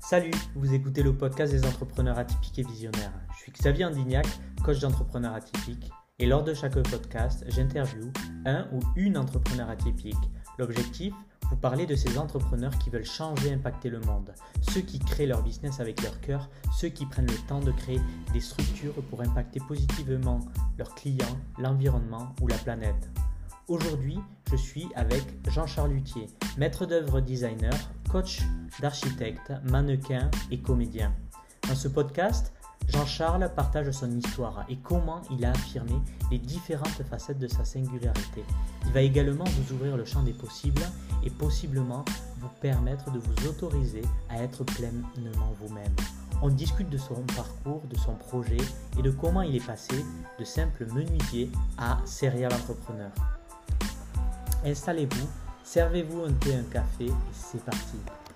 Salut, vous écoutez le podcast des entrepreneurs atypiques et visionnaires. Je suis Xavier Andignac, coach d'entrepreneurs atypiques, et lors de chaque podcast, j'interviewe un ou une entrepreneur atypique. L'objectif, vous parler de ces entrepreneurs qui veulent changer et impacter le monde, ceux qui créent leur business avec leur cœur, ceux qui prennent le temps de créer des structures pour impacter positivement leurs clients, l'environnement ou la planète. Aujourd'hui, je suis avec Jean-Charles Luthier, maître d'œuvre designer, coach d'architecte, mannequin et comédien. Dans ce podcast, Jean-Charles partage son histoire et comment il a affirmé les différentes facettes de sa singularité. Il va également vous ouvrir le champ des possibles et possiblement vous permettre de vous autoriser à être pleinement vous-même. On discute de son parcours, de son projet et de comment il est passé de simple menuisier à serial entrepreneur. Installez-vous, servez-vous un thé, un café et c'est parti.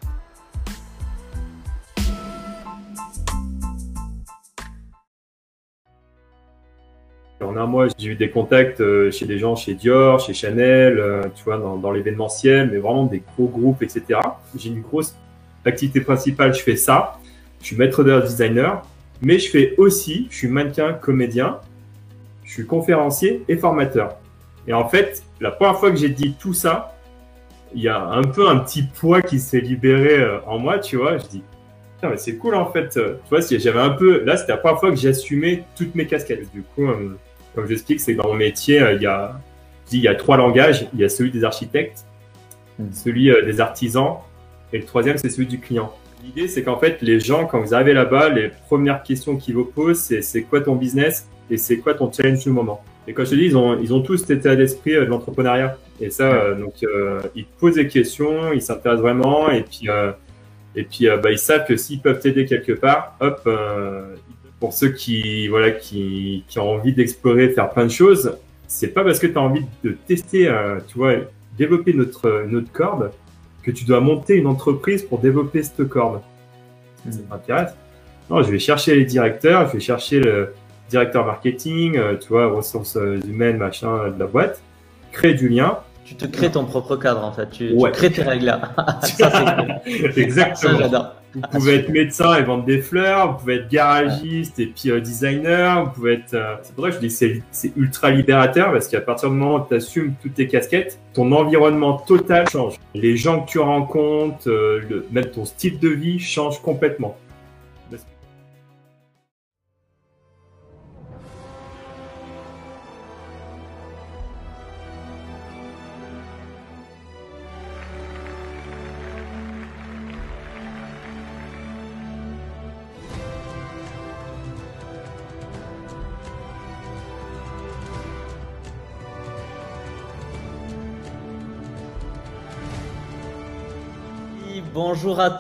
En un mois, j'ai eu des contacts chez des gens, chez Dior, chez Chanel, tu vois, dans l'événementiel, mais vraiment des gros groupes, etc. J'ai une grosse activité principale, je fais ça. Je suis maître d'œuvre designer, mais je suis mannequin, comédien, je suis conférencier et formateur. Et en fait, la première fois que j'ai dit tout ça, il y a un peu un petit poids qui s'est libéré en moi, tu vois. Je dis, putain, mais c'est cool en fait. Tu vois, j'avais un peu, là, c'était la première fois que j'assumais toutes mes casquettes. Du coup, comme j'explique, c'est que dans mon métier, il y a trois langages. Il y a celui des architectes, celui des artisans, et le troisième, c'est celui du client. L'idée, c'est qu'en fait, les gens, quand vous arrivez là-bas, les premières questions qu'ils vous posent, c'est quoi ton business et c'est quoi ton challenge du moment. Et quand je te dis, ils ont tous cet état d'esprit de l'entrepreneuriat. Et ça, ils posent des questions, ils s'intéressent vraiment, et puis ils savent que s'ils peuvent t'aider quelque part, hop, pour ceux qui ont envie d'explorer, de faire plein de choses, c'est pas parce que tu as envie de tester, tu vois, développer notre corde, que tu dois monter une entreprise pour développer cette corde. Ça m'intéresse. Non, je vais chercher les directeurs, je vais chercher le directeur marketing, tu vois, ressources humaines, machin, de la boîte, créer du lien. Tu te crées ton propre cadre en fait, tu crées tes règles là. Ça, c'est cool. Exactement. Ça, j'adore. Vous pouvez être médecin et vendre des fleurs, vous pouvez être garagiste et puis designer, vous pouvez être... C'est pour ça que je dis que c'est ultra libérateur parce qu'à partir du moment où tu assumes toutes tes casquettes, ton environnement total change. Les gens que tu rencontres, même ton style de vie change complètement. Bonjour à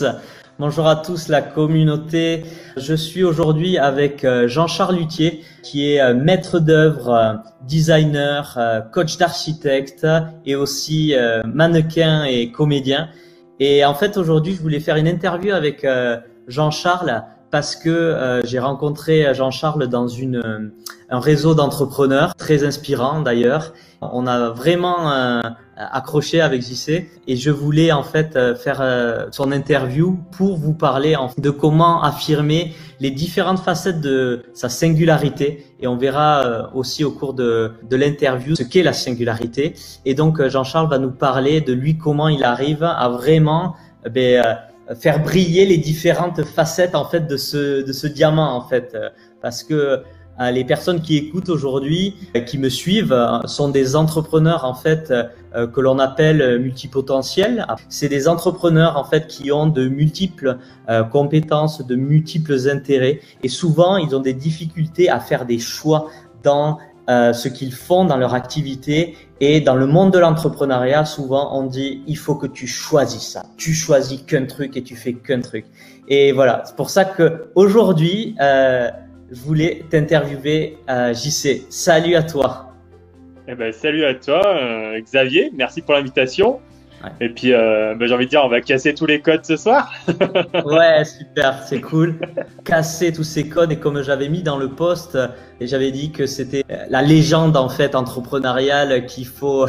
tous la communauté. Je suis aujourd'hui avec Jean-Charles Luthier qui est maître d'œuvre, designer, coach d'architecte et aussi mannequin et comédien. Et en fait aujourd'hui je voulais faire une interview avec Jean-Charles parce que j'ai rencontré Jean-Charles dans un réseau d'entrepreneurs très inspirant d'ailleurs. On a vraiment accroché avec JC et je voulais en fait faire son interview pour vous parler de comment affirmer les différentes facettes de sa singularité et on verra aussi au cours de l'interview ce qu'est la singularité. Et donc Jean-Charles va nous parler de lui, comment il arrive à vraiment faire briller les différentes facettes en fait de ce diamant en fait, parce que les personnes qui écoutent aujourd'hui, qui me suivent, sont des entrepreneurs en fait que l'on appelle multipotentiels. C'est des entrepreneurs en fait qui ont de multiples compétences, de multiples intérêts et souvent ils ont des difficultés à faire des choix dans ce qu'ils font dans leur activité. Et dans le monde de l'entrepreneuriat, souvent on dit il faut que tu choisis ça. Tu choisis qu'un truc et tu fais qu'un truc. Et voilà, c'est pour ça que aujourd'hui je voulais t'interviewer, JC. Salut à toi. Eh ben, salut à toi, Xavier. Merci pour l'invitation. Ouais. Et puis, j'ai envie de dire, on va casser tous les codes ce soir. Ouais, super, c'est cool. Casser tous ces codes. Et comme j'avais mis dans le post, et j'avais dit que c'était la légende en fait entrepreneuriale qu'il faut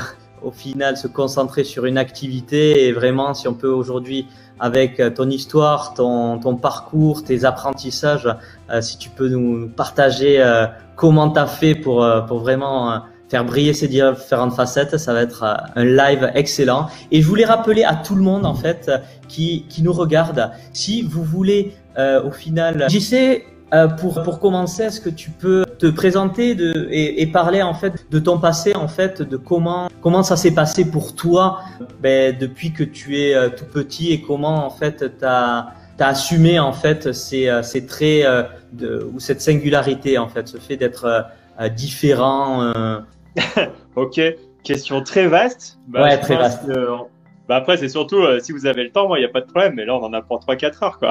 au final se concentrer sur une activité et vraiment si on peut aujourd'hui avec ton histoire, ton parcours, tes apprentissages, si tu peux nous partager comment tu as fait pour vraiment faire briller ces différentes facettes, ça va être un live excellent. Et je voulais rappeler à tout le monde en fait qui nous regarde, si vous voulez au final, j'essaie pour commencer, est-ce que tu peux te présenter et parler en fait de ton passé en fait, de comment ça s'est passé pour toi depuis que tu es tout petit et comment en fait t'as assumé en fait ces traits ou cette singularité en fait, ce fait d'être différent. Ok, question très vaste. Ouais, très vaste. Après, c'est surtout si vous avez le temps, moi, il n'y a pas de problème, mais là, on en a pour 3-4 heures, quoi.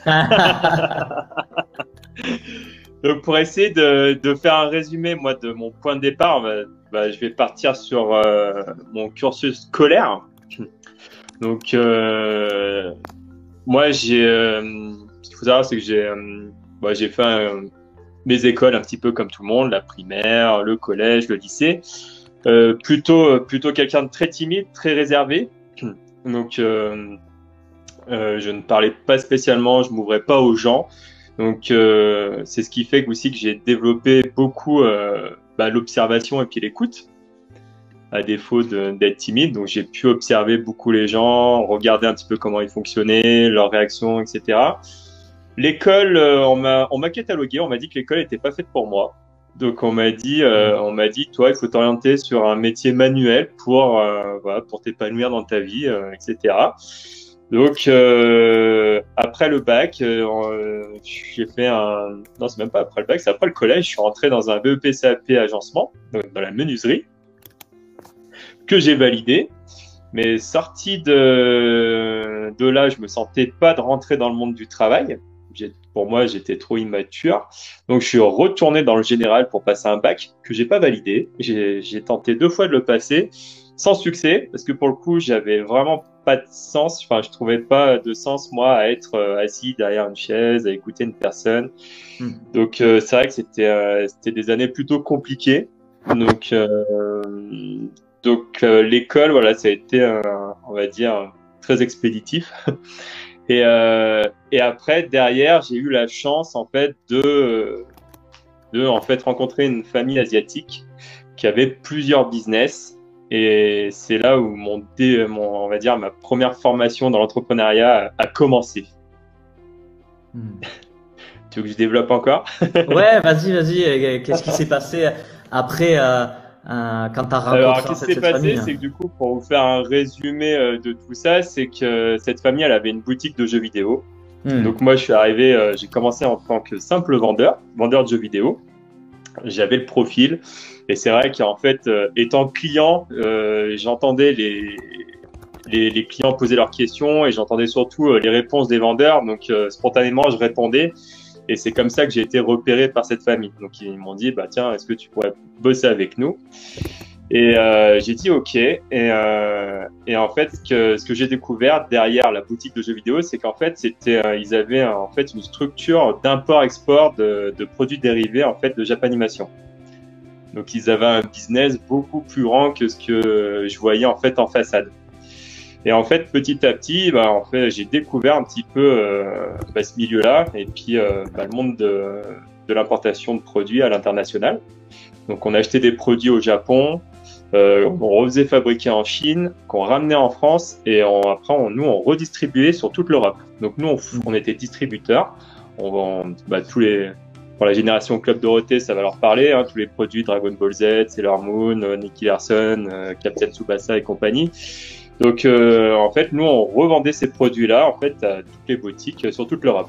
Donc, pour essayer de faire un résumé, moi, de mon point de départ, je vais partir sur mon cursus scolaire. Donc, moi, ce qu'il faut savoir, c'est que j'ai fait mes écoles un petit peu comme tout le monde, la primaire, le collège, le lycée. Plutôt quelqu'un de très timide, très réservé. Donc, je ne parlais pas spécialement, je m'ouvrais pas aux gens. Donc, c'est ce qui fait aussi que j'ai développé beaucoup l'observation et puis l'écoute, à défaut d'être timide. Donc, j'ai pu observer beaucoup les gens, regarder un petit peu comment ils fonctionnaient, leurs réactions, etc. L'école, on m'a catalogué, on m'a dit que l'école n'était pas faite pour moi. Donc on m'a dit, toi, il faut t'orienter sur un métier manuel pour t'épanouir dans ta vie, etc. Donc après le bac, j'ai fait non, c'est même pas après le bac, c'est après le collège. Je suis rentré dans un BEP-CAP agencement, dans la menuiserie, que j'ai validé. Mais sorti de là, je me sentais pas de rentrer dans le monde du travail. Pour moi, j'étais trop immature. Donc, je suis retourné dans le général pour passer un bac que j'ai pas validé. J'ai tenté 2 fois de le passer sans succès parce que pour le coup, j'avais vraiment pas de sens. Enfin, je trouvais pas de sens, moi, à être assis derrière une chaise, à écouter une personne. Donc, c'est vrai que c'était des années plutôt compliquées. Donc, l'école, voilà, ça a été, on va dire, très expéditif. Et après, derrière, j'ai eu la chance en fait de rencontrer une famille asiatique qui avait plusieurs business. Et c'est là où on va dire, ma première formation dans l'entrepreneuriat a commencé. Tu veux que je développe encore? Ouais, vas-y. Qu'est-ce qui s'est passé après quand tu as rencontré Alors, qu'est-ce qui s'est passé, c'est que du coup, pour vous faire un résumé de tout ça, c'est que cette famille, elle avait une boutique de jeux vidéo. Donc moi, je suis arrivé, j'ai commencé en tant que simple vendeur de jeux vidéo. J'avais le profil, et c'est vrai qu'en fait, étant client, j'entendais les clients poser leurs questions, et j'entendais surtout les réponses des vendeurs. Donc spontanément, je répondais. Et c'est comme ça que j'ai été repéré par cette famille. Donc, ils m'ont dit, tiens, est-ce que tu pourrais bosser avec nous? Et j'ai dit OK. Et en fait, ce que j'ai découvert derrière la boutique de jeux vidéo, c'est qu'en fait, ils avaient en fait une structure d'import-export de produits dérivés en fait de Japanimation. Donc, ils avaient un business beaucoup plus grand que ce que je voyais en fait en façade. Et en fait, petit à petit, j'ai découvert un petit peu ce milieu-là et puis le monde de l'importation de produits à l'international. Donc, on achetait des produits au Japon, on refaisait fabriquer en Chine, qu'on ramenait en France et après, on redistribuait sur toute l'Europe. Donc, nous, on était distributeurs. Pour la génération Club Dorothée, ça va leur parler, hein, tous les produits Dragon Ball Z, Sailor Moon, Nicky Larson, Captain Tsubasa et compagnie. Donc, en fait, nous, on revendait ces produits-là, en fait, à toutes les boutiques sur toute l'Europe.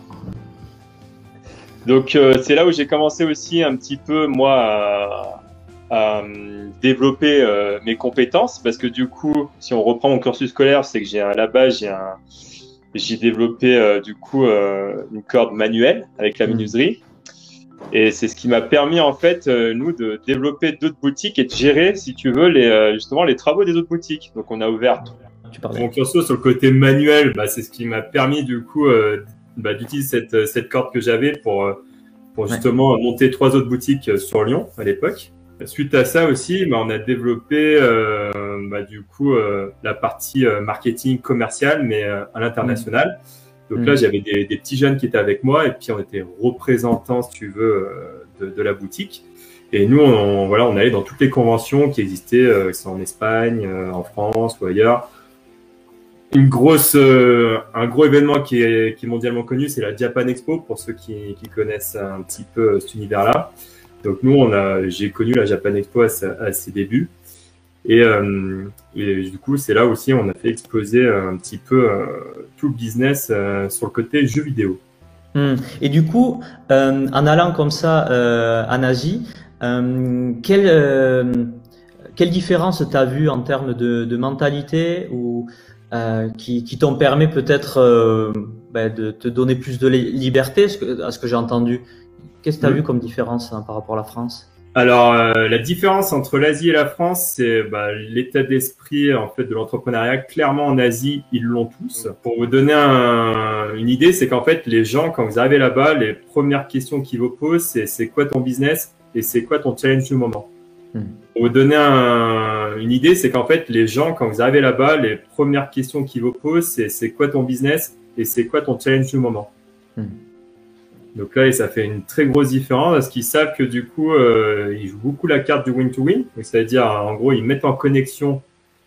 Donc, c'est là où j'ai commencé aussi un petit peu, moi, à développer mes compétences, parce que du coup, si on reprend mon cursus scolaire, c'est que j'ai développé, une corde manuelle avec la menuiserie. Et c'est ce qui m'a permis, en fait, nous, de développer d'autres boutiques et de gérer, si tu veux, justement, les travaux des autres boutiques. Donc, on a ouvert. Mon cursus sur le côté manuel, c'est ce qui m'a permis, du coup, d'utiliser cette corde que j'avais pour justement monter 3 autres boutiques sur Lyon, à l'époque. Suite à ça aussi, on a développé du coup la partie marketing commercial, mais à l'international. Donc là, j'avais des petits jeunes qui étaient avec moi et puis on était représentants, si tu veux, de la boutique. Et nous, on allait dans toutes les conventions qui existaient, que ce soit en Espagne, en France ou ailleurs. Un gros événement qui est mondialement connu, c'est la Japan Expo, pour ceux qui connaissent un petit peu cet univers-là. Donc nous, j'ai connu la Japan Expo à ses débuts. Et du coup, c'est là aussi on a fait exploser un petit peu tout le business sur le côté jeux vidéo. Et du coup, en allant comme ça en Asie, quelle différence tu as vu en termes de mentalité ou qui t'ont permis peut-être de te donner plus de liberté, à ce que j'ai entendu? Qu'est-ce que tu as vu comme différence par rapport à la France? Alors, la différence entre l'Asie et la France, c'est l'état d'esprit en fait de l'entrepreneuriat. Clairement, en Asie, ils l'ont tous. Pour vous donner une idée, c'est qu'en fait, les gens, quand vous arrivez là-bas, les premières questions qu'ils vous posent, c'est quoi ton business et c'est quoi ton challenge du moment. Pour vous donner une idée, c'est qu'en fait, les gens, quand vous arrivez là-bas, les premières questions qu'ils vous posent, c'est quoi ton business et c'est quoi ton challenge du moment. Donc là, ça fait une très grosse différence parce qu'ils savent que du coup, ils jouent beaucoup la carte du win-to-win. C'est-à-dire, en gros, ils mettent en connexion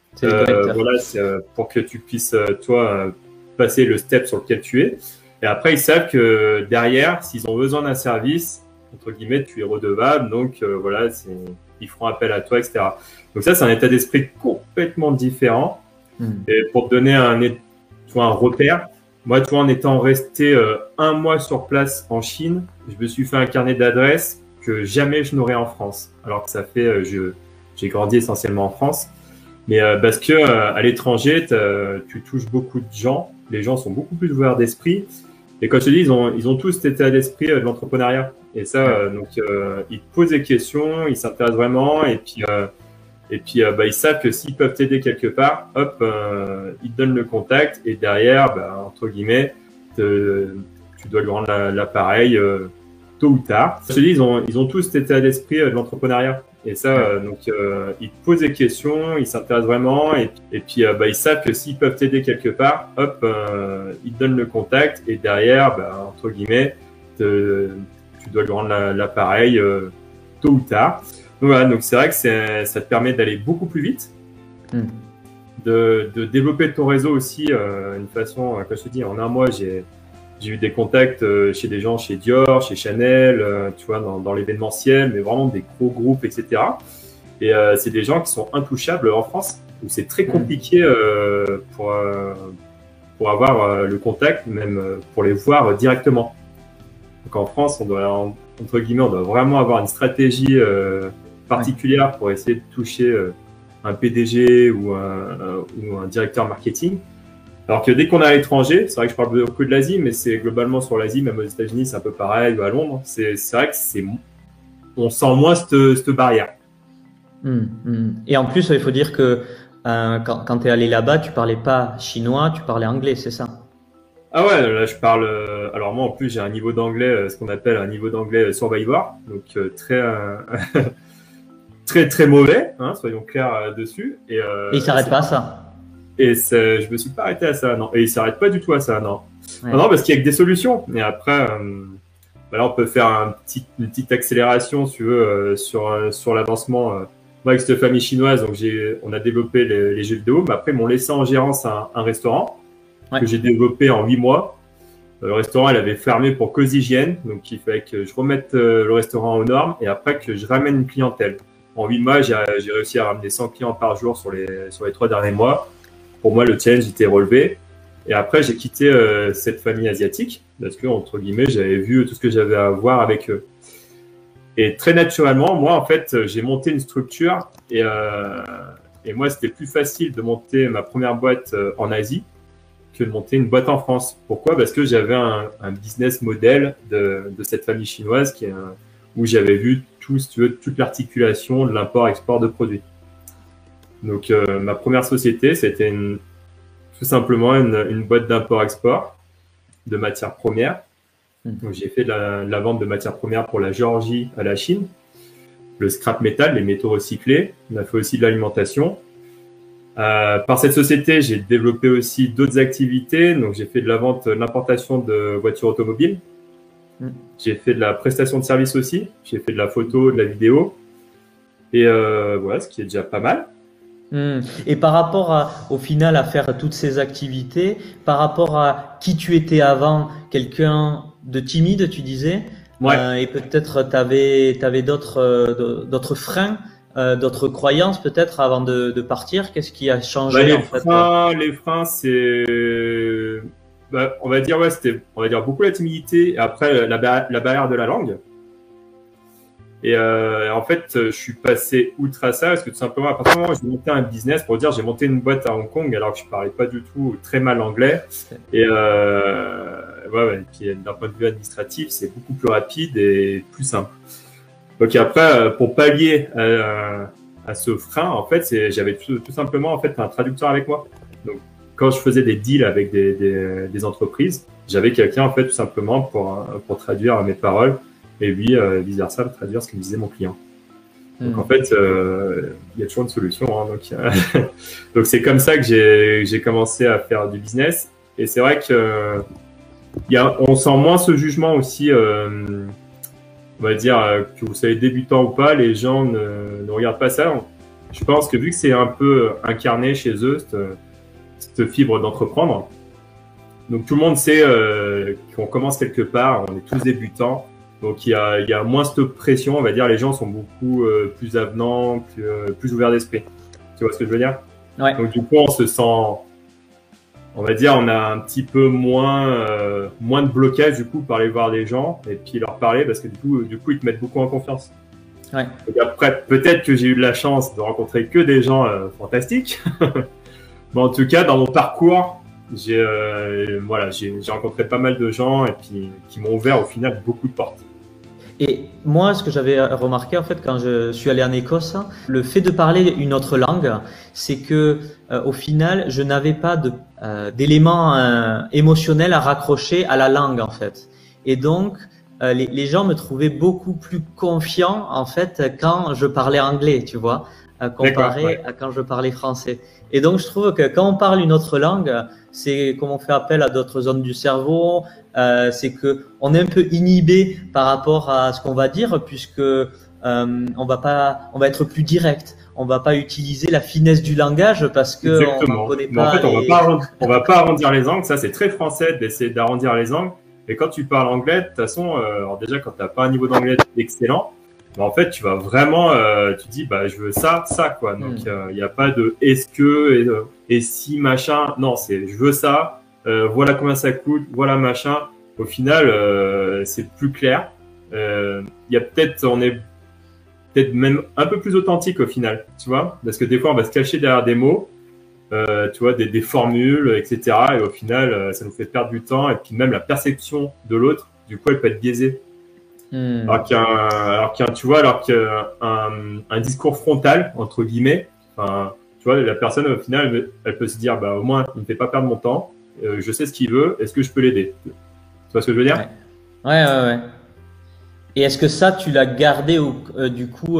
pour que tu puisses, toi, passer le step sur lequel tu es. Et après, ils savent que derrière, s'ils ont besoin d'un service, entre guillemets, tu es redevable. Donc, ils feront appel à toi, etc. Donc ça, c'est un état d'esprit complètement différent. Et pour te donner un repère, moi, tu vois, en étant resté 1 mois sur place en Chine, je me suis fait un carnet d'adresses que jamais je n'aurais en France. Alors que ça fait, j'ai grandi essentiellement en France. Mais parce que à l'étranger, tu touches beaucoup de gens. Les gens sont beaucoup plus ouverts d'esprit. Et quand je te dis, ils ont tous cet état d'esprit de l'entrepreneuriat. Et ça, ils te posent des questions, ils s'intéressent vraiment. Et puis ils savent que s'ils peuvent t'aider quelque part, hop, ils te donnent le contact et derrière, entre guillemets, tu dois lui rendre l'appareil tôt ou tard. Je te dis, ils ont tous cet état d'esprit de l'entrepreneuriat. Et ça, ils te posent des questions, ils s'intéressent vraiment et puis ils savent que s'ils peuvent t'aider quelque part, hop, ils te donnent le contact et derrière, entre guillemets, tu dois lui rendre l'appareil tôt ou tard. Donc voilà, donc c'est vrai que ça te permet d'aller beaucoup plus vite, de développer ton réseau aussi une façon, comme je te dis, en 1 mois, j'ai eu des contacts chez des gens chez Dior, chez Chanel, tu vois, dans l'événementiel, mais vraiment des gros groupes, etc. Et c'est des gens qui sont intouchables en France, où c'est très compliqué pour avoir le contact, même pour les voir directement. Donc en France, on doit vraiment avoir une stratégie particulière pour essayer de toucher un PDG ou un directeur marketing. Alors que dès qu'on est à l'étranger, c'est vrai que je parle beaucoup de l'Asie, mais c'est globalement sur l'Asie, même aux États-Unis, c'est un peu pareil, ou à Londres. C'est vrai que on sent moins cette barrière. Et en plus, il faut dire que quand tu es allé là-bas, tu parlais pas chinois, tu parlais anglais, c'est ça? Ah ouais, là je parle. Alors moi en plus j'ai un niveau d'anglais, ce qu'on appelle un niveau d'anglais survivor, donc très très très mauvais, hein, soyons clairs dessus. Et il s'arrête pas à ça. Et je me suis pas arrêté à ça, non. Et il s'arrête pas du tout à ça, non. Ouais. Non, parce qu'il y a que des solutions. Et après, là, on peut faire une petite accélération, si tu veux, sur l'avancement. Moi, avec cette famille chinoise, donc on a développé les jeux vidéo, mais après, ils m'ont laissé en gérance un restaurant que j'ai développé en 8 mois. Le restaurant, elle avait fermé pour cause d'hygiène, donc il fallait que je remette le restaurant aux normes et après que je ramène une clientèle. En 8 mois, j'ai réussi à ramener 100 clients par jour sur les 3 derniers mois. Pour moi, le challenge était relevé. Et après, j'ai quitté cette famille asiatique parce que, entre guillemets, j'avais vu tout ce que j'avais à voir avec eux. Et très naturellement, moi, en fait, j'ai monté une structure et moi, c'était plus facile de monter ma première boîte en Asie que de monter une boîte en France. Pourquoi? Parce que j'avais un business model de cette famille chinoise où j'avais vu si tu veux, toute l'articulation de l'import-export de produits. Donc, ma première société, c'était tout simplement une boîte d'import-export de matières premières. Donc, j'ai fait de la vente de matières premières pour la Géorgie à la Chine. le scrap metal, les métaux recyclés. On a fait aussi de l'alimentation. Par cette société, j'ai développé aussi d'autres activités. Donc, j'ai fait de la vente, l'importation de voitures automobiles. J'ai fait de la prestation de services aussi. J'ai fait de la photo, de la vidéo. Et voilà, ce qui est déjà pas mal. Et par rapport au final à faire toutes ces activités, par rapport à qui tu étais avant, quelqu'un de timide, tu disais, Ouais. et peut-être t'avais d'autres freins, d'autres croyances peut-être avant de partir. Qu'est-ce qui a changé en fait? Les freins, c'est, on va dire, ouais, c'était, on va dire beaucoup la timidité et après la barrière de la langue. Et en fait, je suis passé outre à ça parce que tout simplement, à partir du moment où j'ai monté un business, pour dire, j'ai monté une boîte à Hong Kong alors que je parlais pas du tout, très mal anglais. Et et puis d'un point de vue administratif, c'est beaucoup plus rapide et plus simple. Donc après, pour pallier à ce frein, en fait, j'avais tout simplement en fait un traducteur avec moi. Donc quand je faisais des deals avec des entreprises, j'avais quelqu'un en fait tout simplement pour traduire mes paroles. Et lui, vice versa, traduire ce que me disait mon client. Donc en fait, il y a toujours une solution. Hein, donc c'est comme ça que j'ai commencé à faire du business. Et c'est vrai que on sent moins ce jugement aussi. On va dire que vous soyez débutant ou pas, les gens ne regardent pas ça. Je pense que vu que c'est un peu incarné chez eux, cette fibre d'entreprendre, donc tout le monde sait qu'on commence quelque part, on est tous débutants. Donc il y a moins cette pression, on va dire, les gens sont beaucoup plus avenants, plus ouverts d'esprit. Tu vois ce que je veux dire? Ouais. Donc du coup, on se sent, on va dire, on a un petit peu moins de blocage du coup pour aller voir des gens et puis leur parler parce que du coup ils te mettent beaucoup en confiance. Ouais. Donc après, peut-être que j'ai eu de la chance de rencontrer que des gens fantastiques, mais en tout cas dans mon parcours, j'ai rencontré pas mal de gens et puis qui m'ont ouvert au final beaucoup de portes. Et moi, ce que j'avais remarqué en fait quand je suis allé en Écosse, le fait de parler une autre langue, c'est que au final, je n'avais pas d'éléments émotionnels à raccrocher à la langue en fait. Et donc, les gens me trouvaient beaucoup plus confiant en fait quand je parlais anglais, tu vois, comparé à quand je parlais français. Et donc, je trouve que quand on parle une autre langue, c'est comme on fait appel à d'autres zones du cerveau. C'est que on est un peu inhibé par rapport à ce qu'on va dire, puisque on va être plus direct. On va pas utiliser la finesse du langage parce que Exactement. on connaît Mais pas. en fait, on va pas arrondir les angles. Ça, c'est très français d'essayer d'arrondir les angles. Et quand tu parles anglais, de toute façon, alors déjà quand t'as pas un niveau d'anglais excellent, bah en fait, tu vas vraiment, tu dis, bah, je veux ça, quoi. Donc, il n'y a pas de est-ce que et si machin. Non, c'est je veux ça. Voilà combien ça coûte. Voilà machin. Au final, c'est plus clair. On est peut-être même un peu plus authentique au final, tu vois, parce que des fois, on va se cacher derrière des mots, tu vois, des formules, etc. Et au final, ça nous fait perdre du temps. Et puis même la perception de l'autre, du coup, elle peut être biaisée. Alors qu'un discours frontal, entre guillemets, enfin, tu vois, la personne, au final, elle peut se dire, bah, au moins, il ne me fait pas perdre mon temps, je sais ce qu'il veut, est-ce que je peux l'aider? Tu vois ce que je veux dire? Ouais. Et est-ce que ça, tu l'as gardé du coup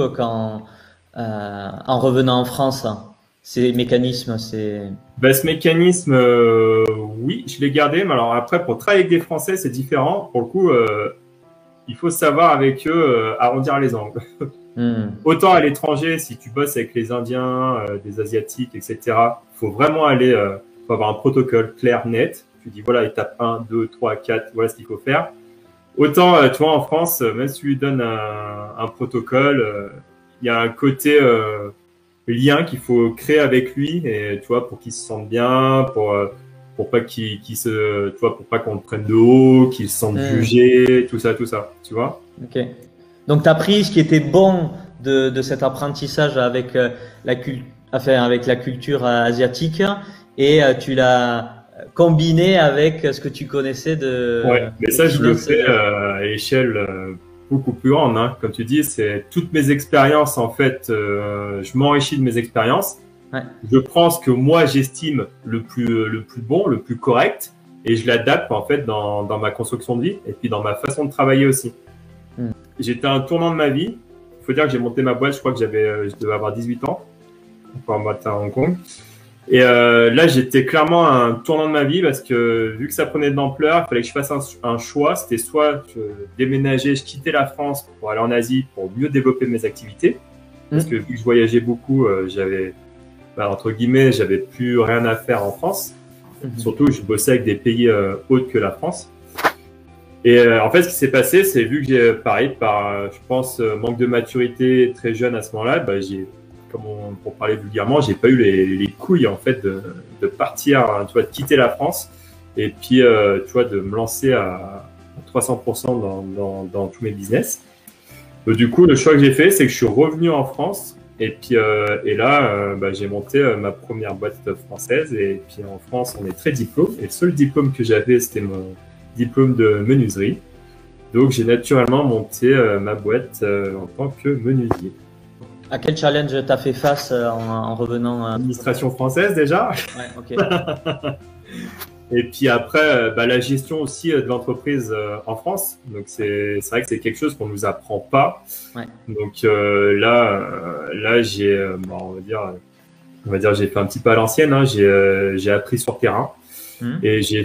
en revenant en France, ces mécanismes, Ben, ce mécanisme, oui, je l'ai gardé, mais alors après, pour travailler avec des Français, c'est différent. Pour le coup, il faut savoir avec eux arrondir les angles. Autant à l'étranger, si tu bosses avec les Indiens, des Asiatiques, etc., faut vraiment faut avoir un protocole clair, net. Tu dis, voilà, étape 1, 2, 3, 4, voilà ce qu'il faut faire. Autant, tu vois, en France, même si tu lui donnes un protocole, il y a un côté lien qu'il faut créer avec lui, et tu vois, pour qu'il se sente bien, pour pas pour pas qu'on le prenne de haut, qu'il se sente jugé, tout ça, tu vois. Ok. Donc, tu as pris ce qui était bon de cet apprentissage avec avec la culture asiatique et tu l'as combiné avec ce que tu connaissais de. Ouais, mais ça, je le fais à échelle beaucoup plus grande. Hein. Comme tu dis, c'est toutes mes expériences, en fait, je m'enrichis de mes expériences. Ouais. Je prends ce que moi, j'estime le plus bon, le plus correct, et je l'adapte, en fait, dans ma construction de vie et puis dans ma façon de travailler aussi. J'étais à un tournant de ma vie. Il faut dire que j'ai monté ma boîte, je crois que je devais avoir 18 ans, pour en boîte à Hong Kong. Et là, j'étais clairement à un tournant de ma vie parce que vu que ça prenait de l'ampleur, il fallait que je fasse un choix. C'était soit je déménageais, je quittais la France pour aller en Asie pour mieux développer mes activités. Parce que vu que je voyageais beaucoup, j'avais, entre guillemets, j'avais plus rien à faire en France. Surtout, je bossais avec des pays autres que la France. Et en fait, ce qui s'est passé, c'est vu que j'ai, pareil, je pense, manque de maturité très jeune à ce moment-là, pour parler vulgairement, j'ai pas eu les couilles en fait de partir, tu vois, de quitter la France et puis tu vois, de me lancer à 300% dans tous mes business. Du coup, le choix que j'ai fait, c'est que je suis revenu en France et puis là, j'ai monté ma première boîte française et puis en France, on est très diplôme et le seul diplôme que j'avais, c'était mon diplôme de menuiserie. Donc, j'ai naturellement monté ma boîte en tant que menuisier. À quel challenge t'as fait face en revenant Administration française déjà. Ouais, ok. Et puis après, la gestion aussi de l'entreprise en France. Donc c'est vrai que c'est quelque chose qu'on nous apprend pas. Ouais. Donc là j'ai, on va dire j'ai fait un petit peu à l'ancienne. Hein. J'ai appris sur terrain et j'ai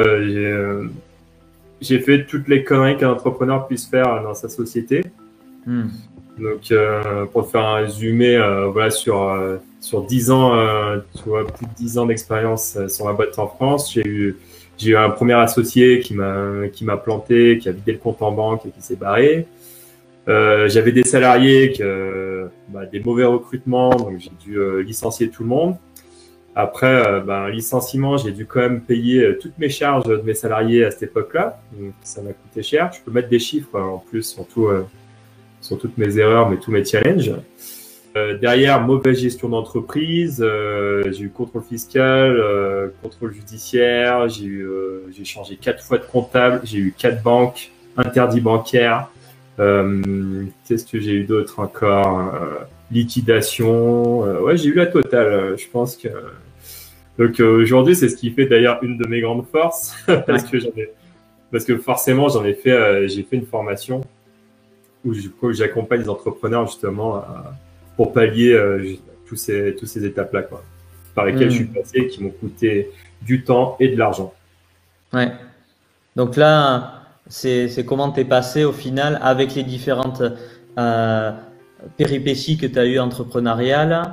fait toutes les conneries qu'un entrepreneur puisse faire dans sa société. Donc, pour te faire un résumé, voilà, sur 10 ans, tu vois, plus de 10 ans d'expérience sur ma boîte en France, j'ai eu un premier associé qui m'a planté, qui a vidé le compte en banque et qui s'est barré. J'avais des salariés des mauvais recrutements, donc j'ai dû licencier tout le monde. Après, un licenciement, j'ai dû quand même payer toutes mes charges de mes salariés à cette époque-là. Donc, ça m'a coûté cher. Je peux mettre des chiffres en plus, surtout sur toutes mes erreurs, mais tous mes challenges. Derrière, mauvaise gestion d'entreprise, j'ai eu contrôle fiscal, contrôle judiciaire, j'ai changé 4 fois de comptable, j'ai eu 4 banques, interdit bancaire. Qu'est-ce que j'ai eu d'autre encore? Liquidation. Ouais, j'ai eu la totale. Je pense que donc aujourd'hui, c'est ce qui fait d'ailleurs une de mes grandes forces parce que forcément, j'ai fait une formation où j'accompagne les entrepreneurs justement pour pallier tous ces étapes-là, quoi, par lesquelles je suis passé, qui m'ont coûté du temps et de l'argent. Ouais. Donc là, c'est comment t'es passé au final avec les différentes péripéties que tu as eues entrepreneuriales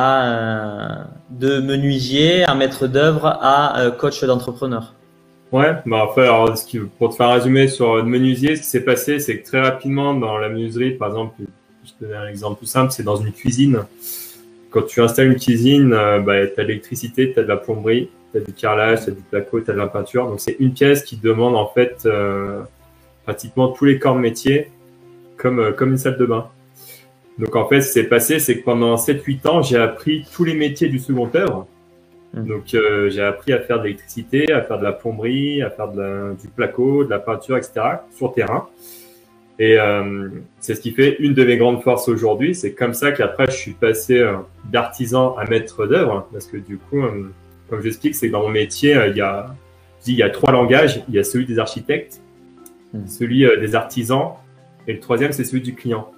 de menuisier à maître d'œuvre à coach d'entrepreneur. Ouais, alors, pour te faire un résumé sur le menuisier, ce qui s'est passé, c'est que très rapidement dans la menuiserie, par exemple, je te donne un exemple tout simple, c'est dans une cuisine. Quand tu installes une cuisine, tu as de l'électricité, tu as de la plomberie, tu as du carrelage, tu as du placo, tu as de la peinture. Donc c'est une pièce qui demande en fait pratiquement tous les corps de métier comme une salle de bain. Donc en fait, ce qui s'est passé, c'est que pendant 7-8 ans, j'ai appris tous les métiers du second œuvre. Donc j'ai appris à faire de l'électricité, à faire de la plomberie, à faire du placo, de la peinture, etc. sur terrain. Et c'est ce qui fait une de mes grandes forces aujourd'hui. C'est comme ça qu'après je suis passé d'artisan à maître d'œuvre, parce que du coup, comme j'explique, c'est que dans mon métier, il y a 3 langages. Il y a celui des architectes, celui des artisans, et le troisième c'est celui du client.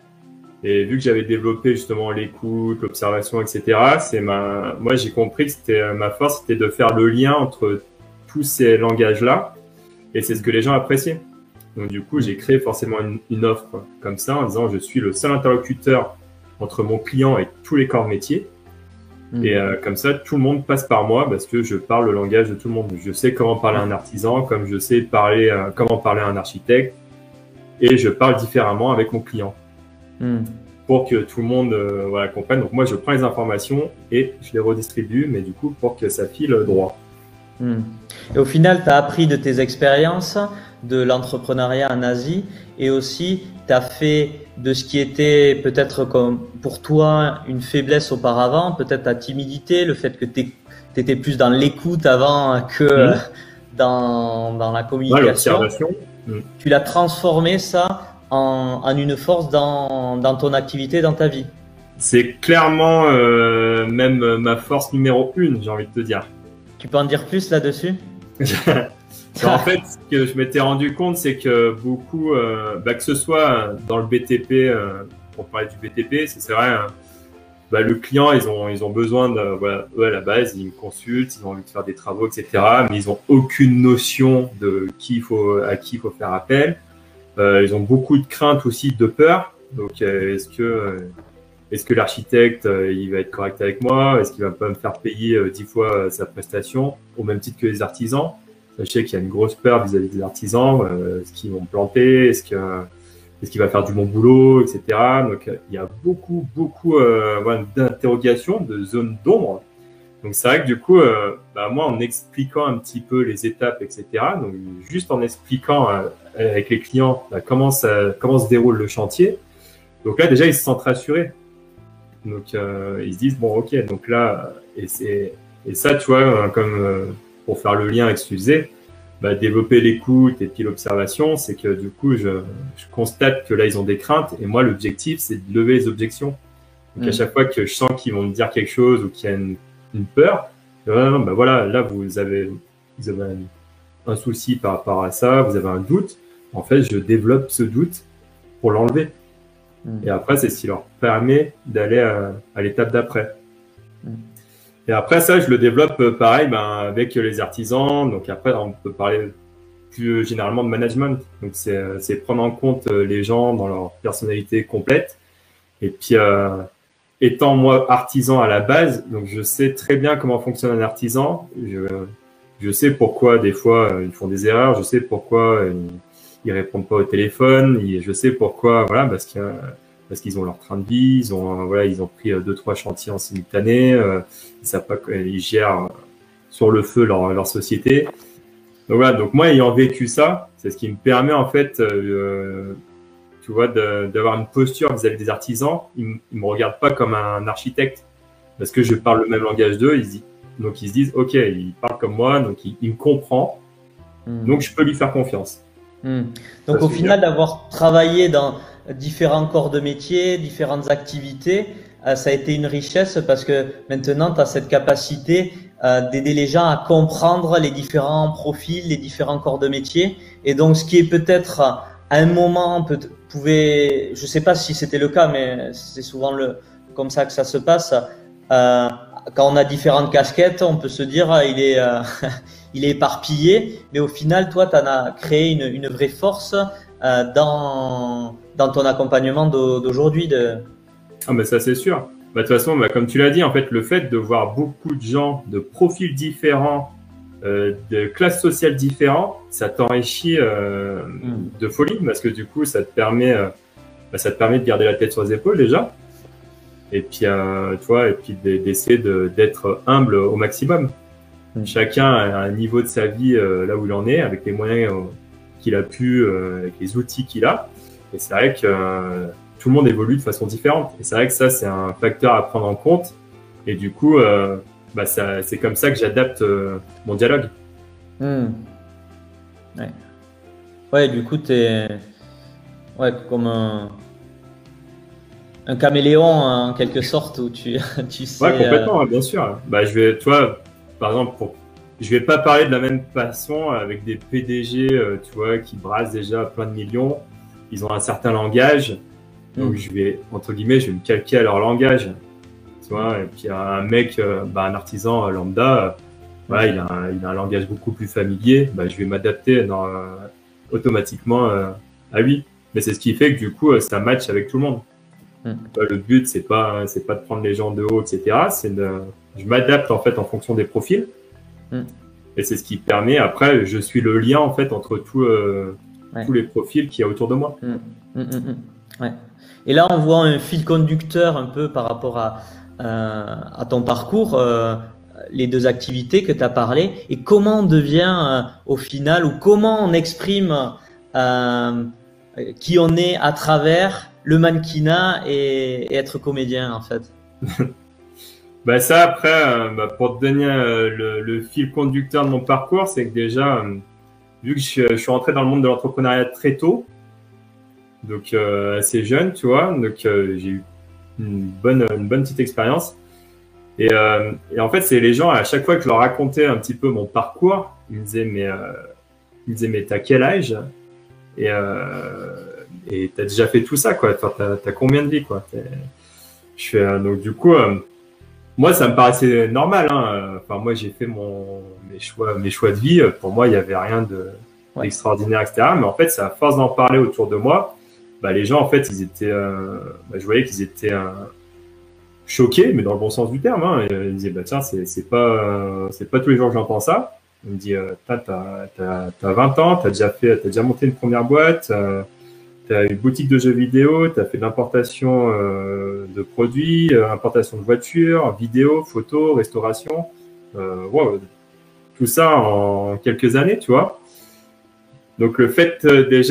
Et vu que j'avais développé justement l'écoute, l'observation, etc., moi j'ai compris que c'était ma force, c'était de faire le lien entre tous ces langages-là, et c'est ce que les gens appréciaient. Donc du coup, j'ai créé forcément une offre comme ça, en disant je suis le seul interlocuteur entre mon client et tous les corps de métier. Et comme ça, tout le monde passe par moi parce que je parle le langage de tout le monde. Je sais comment parler à un artisan, comme je sais comment parler à un architecte, et je parle différemment avec mon client. Pour que tout le monde comprenne. Donc moi, je prends les informations et je les redistribue, mais du coup, pour que ça file droit. Et au final, tu as appris de tes expériences de l'entrepreneuriat en Asie et aussi tu as fait de ce qui était peut-être comme pour toi une faiblesse auparavant, peut-être ta timidité, le fait que tu étais plus dans l'écoute avant que dans la communication. Tu l'as transformé ça en une force dans ton activité, dans ta vie. C'est clairement même ma force numéro 1, j'ai envie de te dire. Tu peux en dire plus là-dessus? En fait, ce que je m'étais rendu compte, c'est que beaucoup, que ce soit dans le BTP pour parler du BTP, c'est vrai, bah, le client, ils ont besoin de, voilà, eux, à la base, ils me consultent, ils ont envie de faire des travaux, etc. Mais ils ont aucune notion de à qui il faut faire appel. Ils ont beaucoup de craintes aussi, de peur. Donc, est-ce que l'architecte, il va être correct avec moi? Est-ce qu'il va pas me faire payer 10 fois sa prestation, au même titre que les artisans? Sachez qu'il y a une grosse peur vis-à-vis des artisans. Est-ce qu'ils vont me planter? Est-ce qu'il va faire du bon boulot, etc. Donc, il y a beaucoup voilà, d'interrogations, de zones d'ombre. Donc, c'est vrai que du coup, bah, moi, en expliquant un petit peu les étapes, etc., donc juste en expliquant avec les clients bah, comment se déroule le chantier, donc là, déjà, ils se sentent rassurés. Donc, ils se disent, bon, ok, donc là, et ça, tu vois, comme pour faire le lien avec ce que tu disais, bah, développer l'écoute et puis l'observation, c'est que du coup, je constate que là, ils ont des craintes. Et moi, l'objectif, c'est de lever les objections. Donc, à chaque fois que je sens qu'ils vont me dire quelque chose ou qu'il y a une peur, bah, voilà, là, vous avez un souci par rapport à ça, vous avez un doute. En fait, je développe ce doute pour l'enlever. Et après, c'est ce qui leur permet d'aller à l'étape d'après. Et après ça, je le développe pareil avec les artisans. Donc après, on peut parler plus généralement de management. Donc c'est prendre en compte les gens dans leur personnalité complète. Et puis, étant moi artisan à la base, donc je sais très bien comment fonctionne un artisan. Je sais pourquoi des fois ils font des erreurs. Je sais pourquoi ils répondent pas au téléphone. Je sais pourquoi, voilà, parce qu'ils ont leur train de vie, ils ont pris 2-3 chantiers en simultané, ils savent pas qu'ils gèrent sur le feu leur société. Donc voilà, donc moi ayant vécu ça, c'est ce qui me permet en fait, tu vois, d'avoir une posture vis-à-vis des artisans. Ils me regardent pas comme un architecte parce que je parle le même langage d'eux. Donc ils se disent, ok, il parle comme moi, donc il me comprend, donc je peux lui faire confiance. Donc au final, d'avoir travaillé dans différents corps de métier, différentes activités, ça a été une richesse parce que maintenant tu as cette capacité d'aider les gens à comprendre les différents profils, les différents corps de métier. Et donc ce qui est peut-être à un moment je sais pas si c'était le cas, mais c'est souvent comme ça que ça se passe. Quand on a différentes casquettes, on peut se dire il est éparpillé, mais au final, toi, tu en as créé une vraie force dans ton accompagnement d'aujourd'hui. Ah, mais ça, c'est sûr. Bah, de toute façon, comme tu l'as dit, en fait, le fait de voir beaucoup de gens de profils différents, de classes sociales différentes, ça t'enrichit de folie parce que du coup, ça te permet de garder la tête sur les épaules déjà. Et puis, d'essayer d'être humble au maximum. Chacun a un niveau de sa vie là où il en est, avec les moyens qu'il a pu, avec les outils qu'il a. Et c'est vrai que tout le monde évolue de façon différente. Et c'est vrai que ça, c'est un facteur à prendre en compte. Et du coup, c'est comme ça que j'adapte mon dialogue. Ouais, du coup, t'es comme un caméléon en quelque sorte où tu sais. Ouais, complètement, bien sûr. Par exemple, je vais pas parler de la même façon avec des PDG, tu vois, qui brassent déjà plein de millions. Ils ont un certain langage, donc je vais me calquer à leur langage, tu vois. Et puis un mec, un artisan lambda, voilà, il a un langage beaucoup plus familier. Je vais m'adapter automatiquement à lui. Mais c'est ce qui fait que du coup, ça match avec tout le monde. Le but, c'est pas de prendre les gens de haut, etc. Je m'adapte en fait en fonction des profils. Et c'est ce qui permet, après, je suis le lien en fait entre tous les profils qu'il y a autour de moi. Ouais. Et là, on voit un fil conducteur un peu par rapport à ton parcours, les deux activités que tu as parlé, et comment on devient au final, ou comment on exprime qui on est à travers le mannequinat et être comédien en fait. Ça après, pour te donner le fil conducteur de mon parcours, c'est que déjà, vu que je suis rentré dans le monde de l'entrepreneuriat très tôt, donc assez jeune, tu vois, donc j'ai eu une bonne petite expérience. Et en fait, c'est les gens, à chaque fois que je leur racontais un petit peu mon parcours, ils me disaient mais t'as quel âge? Et et t'as déjà fait tout ça, quoi. Enfin, t'as combien de vies, quoi. Je fais, donc du coup, moi, ça me paraissait normal, hein. Enfin, moi, j'ai fait mes choix de vie. Pour moi, il n'y avait rien d'extraordinaire, etc. Mais en fait, c'est à force d'en parler autour de moi, bah, les gens, en fait, ils étaient, je voyais qu'ils étaient choqués, mais dans le bon sens du terme, hein. Ils me disaient, bah tiens, c'est pas tous les jours que j'entends ça. Il me dit, t'as 20 ans, t'as déjà monté une première boîte, t'as une boutique de jeux vidéo, t'as fait de l'importation de produits, importation de voitures, vidéos, photos, restauration. Wow, tout ça en quelques années, tu vois. Donc le fait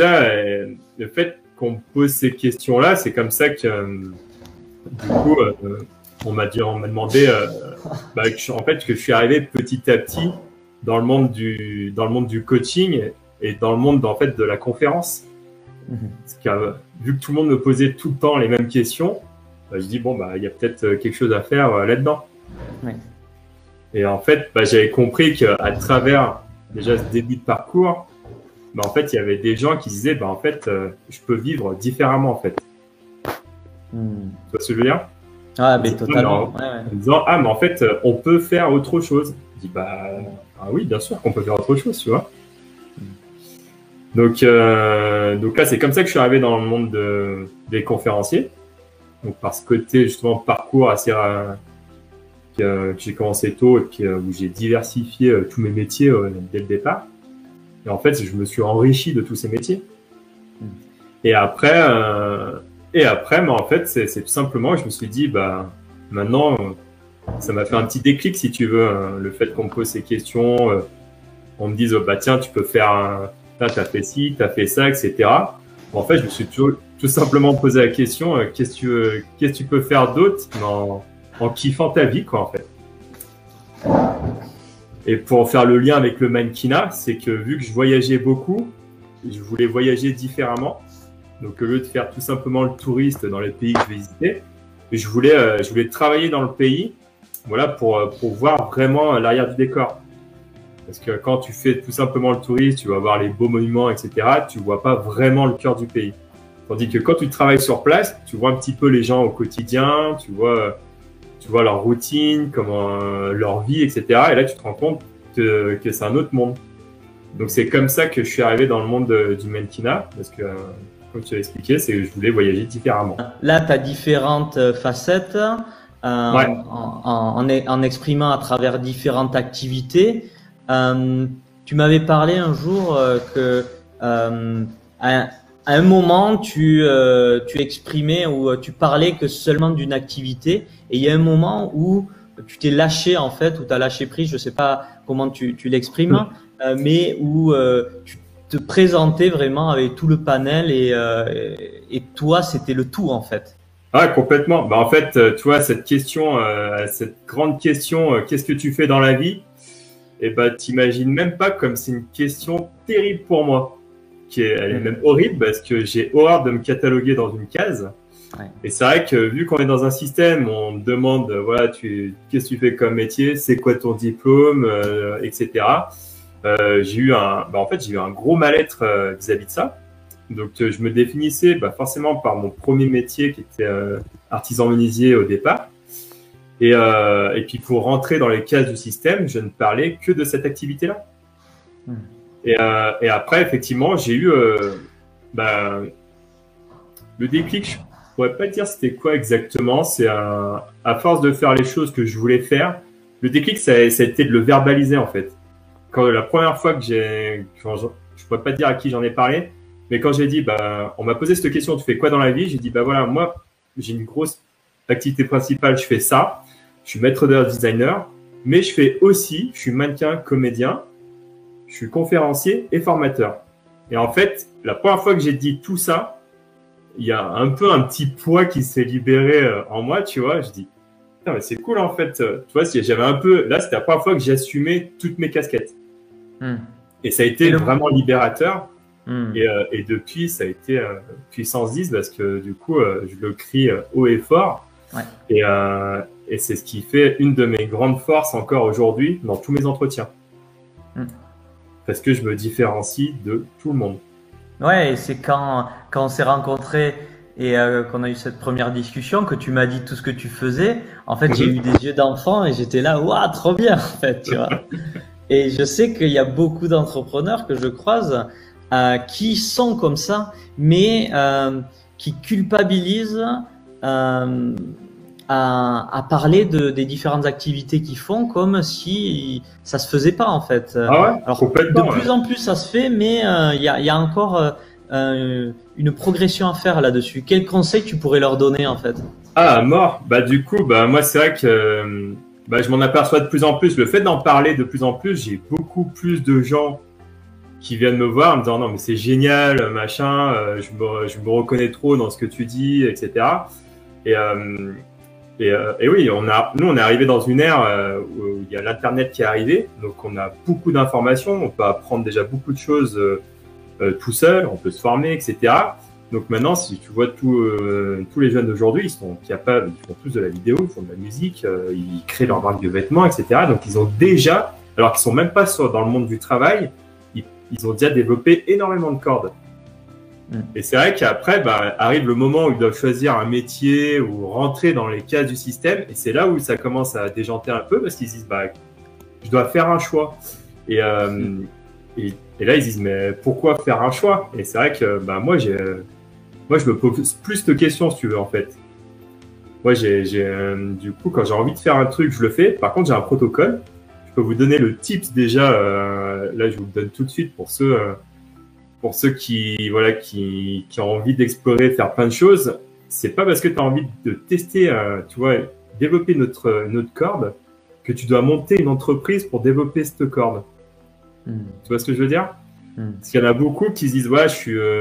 qu'on me pose ces questions-là, c'est comme ça que du coup on m'a demandé en fait que je suis arrivé petit à petit dans le monde du coaching et dans le monde en fait de la conférence. Parce que, vu que tout le monde me posait tout le temps les mêmes questions, je dis bon il y a peut-être quelque chose à faire là-dedans. Oui. Et en fait, j'avais compris qu'à travers déjà ce début de parcours, en fait, il y avait des gens qui disaient en fait, je peux vivre différemment en fait. Tu vois ce que je veux dire? Ah, mais totalement. En disant mais en fait, on peut faire autre chose. Je dis oui, bien sûr qu'on peut faire autre chose, tu vois. Donc là, c'est comme ça que je suis arrivé dans le monde des conférenciers. Donc par ce côté justement parcours assez que j'ai commencé tôt et puis où j'ai diversifié tous mes métiers dès le départ. Et en fait, je me suis enrichi de tous ces métiers. Et après, mais en fait, c'est tout simplement, je me suis dit, maintenant, ça m'a fait un petit déclic, si tu veux, le fait qu'on me pose ces questions, on me dise, tiens, tu peux faire, t'as fait ci, t'as fait ça, etc. En fait, je me suis tout simplement posé la question, qu'est-ce que tu peux faire d'autre en kiffant ta vie, quoi, en fait. Et pour faire le lien avec le mannequinat, c'est que vu que je voyageais beaucoup, je voulais voyager différemment. Donc, au lieu de faire tout simplement le touriste dans les pays que je visitais, je voulais travailler dans le pays, voilà, pour voir vraiment l'arrière du décor. Parce que quand tu fais tout simplement le touriste, tu vas voir les beaux monuments, etc. Tu vois pas vraiment le cœur du pays. Tandis que quand tu travailles sur place, tu vois un petit peu les gens au quotidien, tu vois leur routine, comment leur vie, etc. Et là, tu te rends compte que c'est un autre monde. Donc, c'est comme ça que je suis arrivé dans le monde du mannequinat, parce que, comme tu l'as expliqué, c'est que je voulais voyager différemment. Là, tu as différentes facettes en exprimant à travers différentes activités. Tu m'avais parlé un jour que à un moment, tu exprimais ou tu parlais que seulement d'une activité, et il y a un moment où tu t'es lâché en fait, où tu as lâché prise, je sais pas comment tu l'exprimes, mais où tu te présentais vraiment avec tout le panel et toi, c'était le tout en fait. Ah, complètement. En fait, tu vois, cette question, cette grande question, qu'est-ce que tu fais dans la vie? Et t'imagines même pas comme c'est une question terrible pour moi. Elle est même horrible parce que j'ai horreur de me cataloguer dans une case. Ouais. Et c'est vrai que vu qu'on est dans un système où on me demande, voilà, qu'est-ce que tu fais comme métier, c'est quoi ton diplôme, etc. J'ai eu un gros mal-être vis-à-vis de ça. Donc je me définissais forcément par mon premier métier qui était artisan menuisier au départ. Et puis pour rentrer dans les cases du système, je ne parlais que de cette activité-là. Et après, effectivement, j'ai eu le déclic. Je pourrais pas te dire c'était quoi exactement. C'est à force de faire les choses que je voulais faire, le déclic, ça a été de le verbaliser en fait. Quand la première fois que je pourrais pas te dire à qui j'en ai parlé, mais quand j'ai dit on m'a posé cette question, tu fais quoi dans la vie? J'ai dit voilà, moi j'ai une grosse activité principale, je fais ça. Je suis maître d'œuvre designer, mais je suis mannequin, comédien. Je suis conférencier et formateur. Et en fait, la première fois que j'ai dit tout ça, il y a un peu un petit poids qui s'est libéré en moi, tu vois. Je dis, putain, mais c'est cool en fait. Tu vois, j'avais un peu, là, c'était la première fois que j'assumais toutes mes casquettes. Et ça a été vraiment libérateur. Et depuis, ça a été puissance 10 parce que du coup, je le crie haut et fort. Ouais. Et c'est ce qui fait une de mes grandes forces encore aujourd'hui dans tous mes entretiens. Parce que je me différencie de tout le monde. Ouais, et c'est quand on s'est rencontrés et qu'on a eu cette première discussion que tu m'as dit tout ce que tu faisais. En fait, j'ai eu des yeux d'enfant et j'étais là, waouh, trop bien, en fait, tu vois. Et je sais qu'il y a beaucoup d'entrepreneurs que je croise qui sont comme ça, mais qui culpabilisent euh, à parler des différentes activités qu'ils font comme si ça se faisait pas en fait. Ah ouais, Alors de complètement. Ouais. plus en plus ça se fait, mais il y a encore une progression à faire là-dessus. Quel conseil tu pourrais leur donner en fait? Ah, à mort. Bah du coup, bah moi c'est vrai que je m'en aperçois de plus en plus. Le fait d'en parler de plus en plus, j'ai beaucoup plus de gens qui viennent me voir en me disant non mais c'est génial, machin, je me reconnais trop dans ce que tu dis, etc. Et, euh, et oui, nous on est arrivé dans une ère où il y a l'internet qui est arrivé, donc on a beaucoup d'informations, on peut apprendre déjà beaucoup de choses tout seul, on peut se former, etc. Donc maintenant, si tu vois tous les jeunes d'aujourd'hui, ils sont capables, ils font tous de la vidéo, ils font de la musique, ils créent leur marque de vêtements, etc. Donc ils ont déjà, alors qu'ils sont même pas dans le monde du travail, ils ont déjà développé énormément de cordes. Et c'est vrai qu'après, bah, arrive le moment où ils doivent choisir un métier ou rentrer dans les cases du système, et c'est là où ça commence à déjanter un peu parce qu'ils se disent, bah, je dois faire un choix. Et, euh, et là, ils se disent, mais pourquoi faire un choix? Et c'est vrai que bah, moi, je me pose plus de questions, si tu veux, en fait. Moi, du coup, quand j'ai envie de faire un truc, je le fais. Par contre, j'ai un protocole. Je peux vous donner le tips déjà. Là, je vous le donne tout de suite pour ceux qui, voilà, qui ont envie d'explorer, de faire plein de choses. C'est pas parce que tu as envie de tester, tu vois, développer notre corde que tu dois monter une entreprise pour développer cette corde. Tu vois ce que je veux dire? Parce qu'il y en a beaucoup qui se disent, ouais,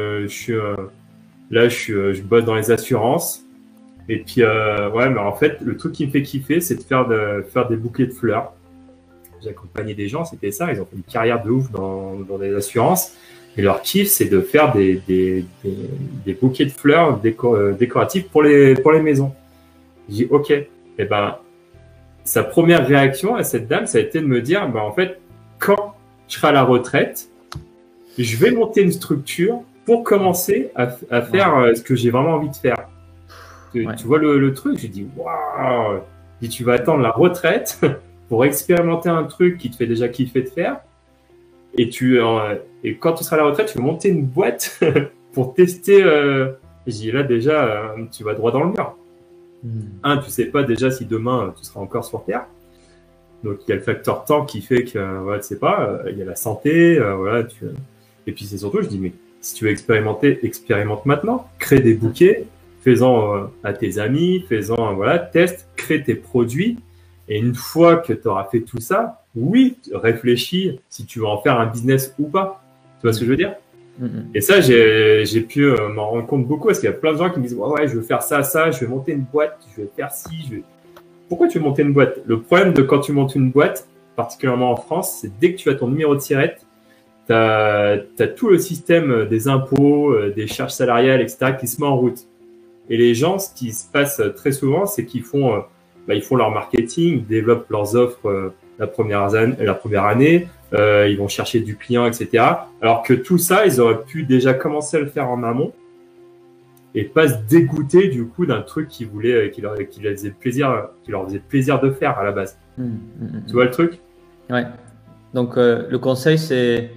je bosse dans les assurances. Et puis, ouais, mais en fait, le truc qui me fait kiffer, c'est de faire des bouquets de fleurs. J'ai accompagné des gens, c'était ça. Ils ont fait une carrière de ouf dans des assurances. Et leur kiff, c'est de faire des bouquets de fleurs décoratifs pour les maisons. J'ai dit, OK. Et ben, sa première réaction à cette dame, ça a été de me dire, ben, en fait, quand je serai à la retraite, je vais monter une structure pour commencer à faire ce que j'ai vraiment envie de faire. Tu vois le truc? J'ai dit, waouh! Tu vas attendre la retraite pour expérimenter un truc qui te fait déjà kiffer de faire. Et quand tu seras à la retraite, tu vas monter une boîte pour tester. J'ai dit, là, déjà, tu vas droit dans le mur. Tu sais pas déjà si demain tu seras encore sur Terre. Donc, il y a le facteur temps qui fait que, voilà, tu sais pas, il y a la santé, voilà. Et puis, c'est surtout, je dis, mais si tu veux expérimenter, expérimente maintenant. Crée des bouquets, fais-en à tes amis, fais-en, voilà, teste, crée tes produits. Et une fois que tu auras fait tout ça, oui, réfléchis si tu veux en faire un business ou pas. Tu vois ce que je veux dire? Et ça, j'ai pu m'en rendre compte beaucoup parce qu'il y a plein de gens qui me disent, ouais, je veux faire ça, je vais monter une boîte, je vais faire ci, Pourquoi tu veux monter une boîte? Le problème de quand tu montes une boîte, particulièrement en France, c'est dès que tu as ton numéro de SIRET, tu as tout le système des impôts, des charges salariales, etc., qui se met en route. Et les gens, ce qui se passe très souvent, c'est qu'ils font leur marketing, ils développent leurs offres la première année, ils vont chercher du client, etc. Alors que tout ça, ils auraient pu déjà commencer à le faire en amont et pas se dégoûter du coup d'un truc qui leur faisait plaisir de faire à la base. Tu vois le truc? Ouais. Donc le conseil c'est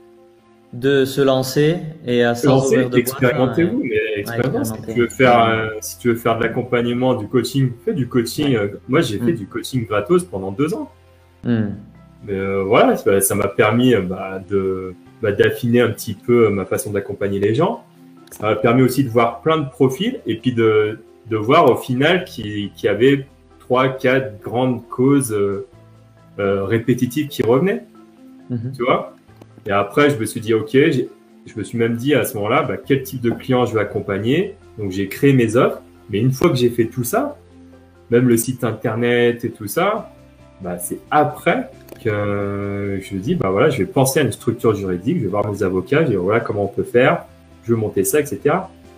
de se lancer et à sans ouvrir de expérimentez-vous, mais expérimentez. Si tu veux faire de l'accompagnement, du coaching, fais du coaching. Moi, j'ai fait du coaching gratos pendant 2 ans. Mais voilà, ça m'a permis d'affiner un petit peu ma façon d'accompagner les gens. Ça m'a permis aussi de voir plein de profils et puis de voir au final qu'il y avait 3-4 grandes causes répétitives qui revenaient. Tu vois? Et après, je me suis dit, OK, je me suis même dit à ce moment-là, quel type de client je vais accompagner. Donc, j'ai créé mes offres. Mais une fois que j'ai fait tout ça, même le site internet et tout ça, c'est après que je me dis, voilà, je vais penser à une structure juridique, je vais voir mes avocats, je vais dire, voilà comment on peut faire, je vais monter ça, etc.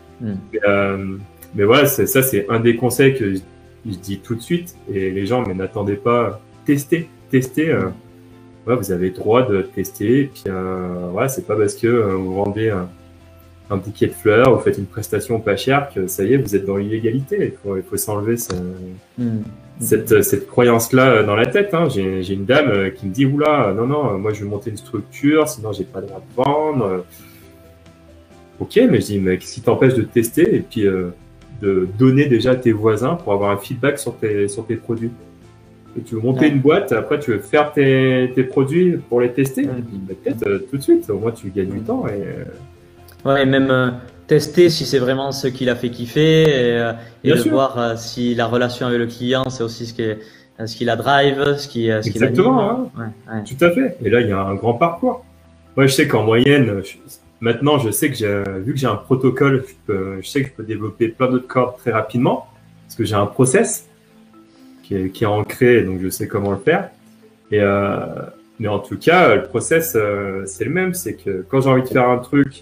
Mais voilà, ça, c'est un des conseils que je dis tout de suite. Et les gens, mais n'attendez pas, testez. Ouais, vous avez le droit de tester. Et puis, voilà, c'est pas parce que vous vendez un bouquet de fleurs, vous faites une prestation pas chère, que ça y est, vous êtes dans l'illégalité. Il faut s'enlever cette croyance-là dans la tête. Hein. J'ai une dame qui me dit, oula, non, moi je vais monter une structure, sinon j'ai pas le droit de vendre. Ok, mais je dis, mais qu'est-ce qui t'empêche de tester et puis de donner déjà à tes voisins pour avoir un feedback sur tes produits. Et tu veux monter une boîte, après tu veux faire tes produits pour les tester. Je dis, bah, peut-être tout de suite, au moins tu gagnes du temps. Ouais, et même tester si c'est vraiment ce qui l'a fait kiffer et de voir si la relation avec le client, c'est aussi ce qui la drive, ce qui Exactement, ouais. Tout à fait. Et là, il y a un grand parcours. Moi, je sais qu'en moyenne, maintenant, je sais que vu que j'ai un protocole, je sais que je peux développer plein d'autres cordes très rapidement parce que j'ai un process qui est ancré, donc je sais comment le faire. Mais en tout cas, le process, c'est le même. C'est que quand j'ai envie de faire un truc,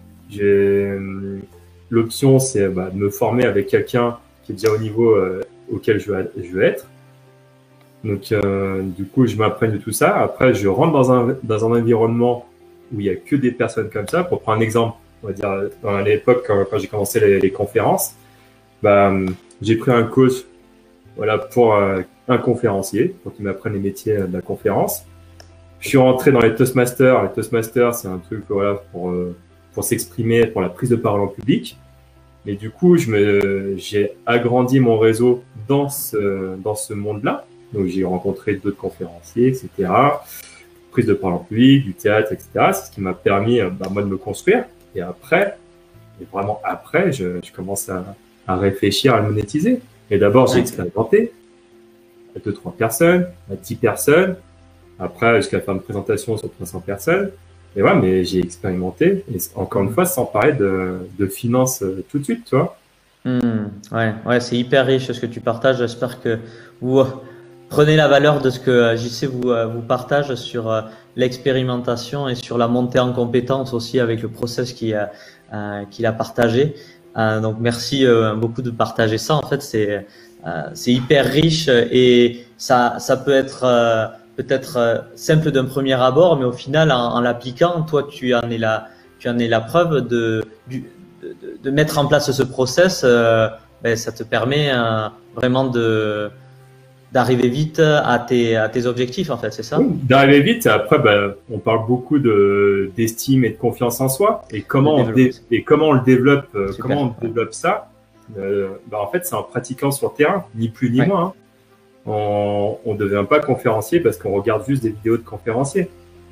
l'option, c'est de me former avec quelqu'un qui est déjà au niveau auquel je veux être. Donc, du coup, je m'apprenne de tout ça. Après, je rentre dans un environnement où il n'y a que des personnes comme ça. Pour prendre un exemple, on va dire, à l'époque, quand j'ai commencé les conférences, j'ai pris un coach pour un conférencier, pour qu'il m'apprenne les métiers de la conférence. Je suis rentré dans les Toastmasters. Les Toastmasters, c'est un truc pour s'exprimer, pour la prise de parole en public. Mais du coup, j'ai agrandi mon réseau dans ce monde-là. Donc, j'ai rencontré d'autres conférenciers, etc. Prise de parole en public, du théâtre, etc. C'est ce qui m'a permis, moi, de me construire. Et vraiment après, je commence à réfléchir, à le monétiser. Et d'abord, j'ai expérimenté à 2-3 personnes, à 10 personnes. Après, jusqu'à faire une présentation sur 300 personnes. Et ouais, mais j'ai expérimenté. Et encore une fois, sans parler de finances tout de suite, tu vois. Ouais, c'est hyper riche ce que tu partages. J'espère que vous prenez la valeur de ce que JC vous partage sur l'expérimentation et sur la montée en compétence aussi avec le process qu'il a partagé. Donc merci beaucoup de partager ça. En fait, c'est hyper riche et ça peut être peut-être simple d'un premier abord, mais au final, en l'appliquant, toi, tu en es la preuve de mettre en place ce process. Ça te permet vraiment d'arriver vite à tes objectifs, en fait, c'est ça? Oui, d'arriver vite. Après, on parle beaucoup d'estime et de confiance en soi. Et comment on le développe, comment on développe ça? En fait, c'est en pratiquant sur le terrain, ni plus ni moins. Hein. On ne devient pas conférencier parce qu'on regarde juste des vidéos de conférenciers.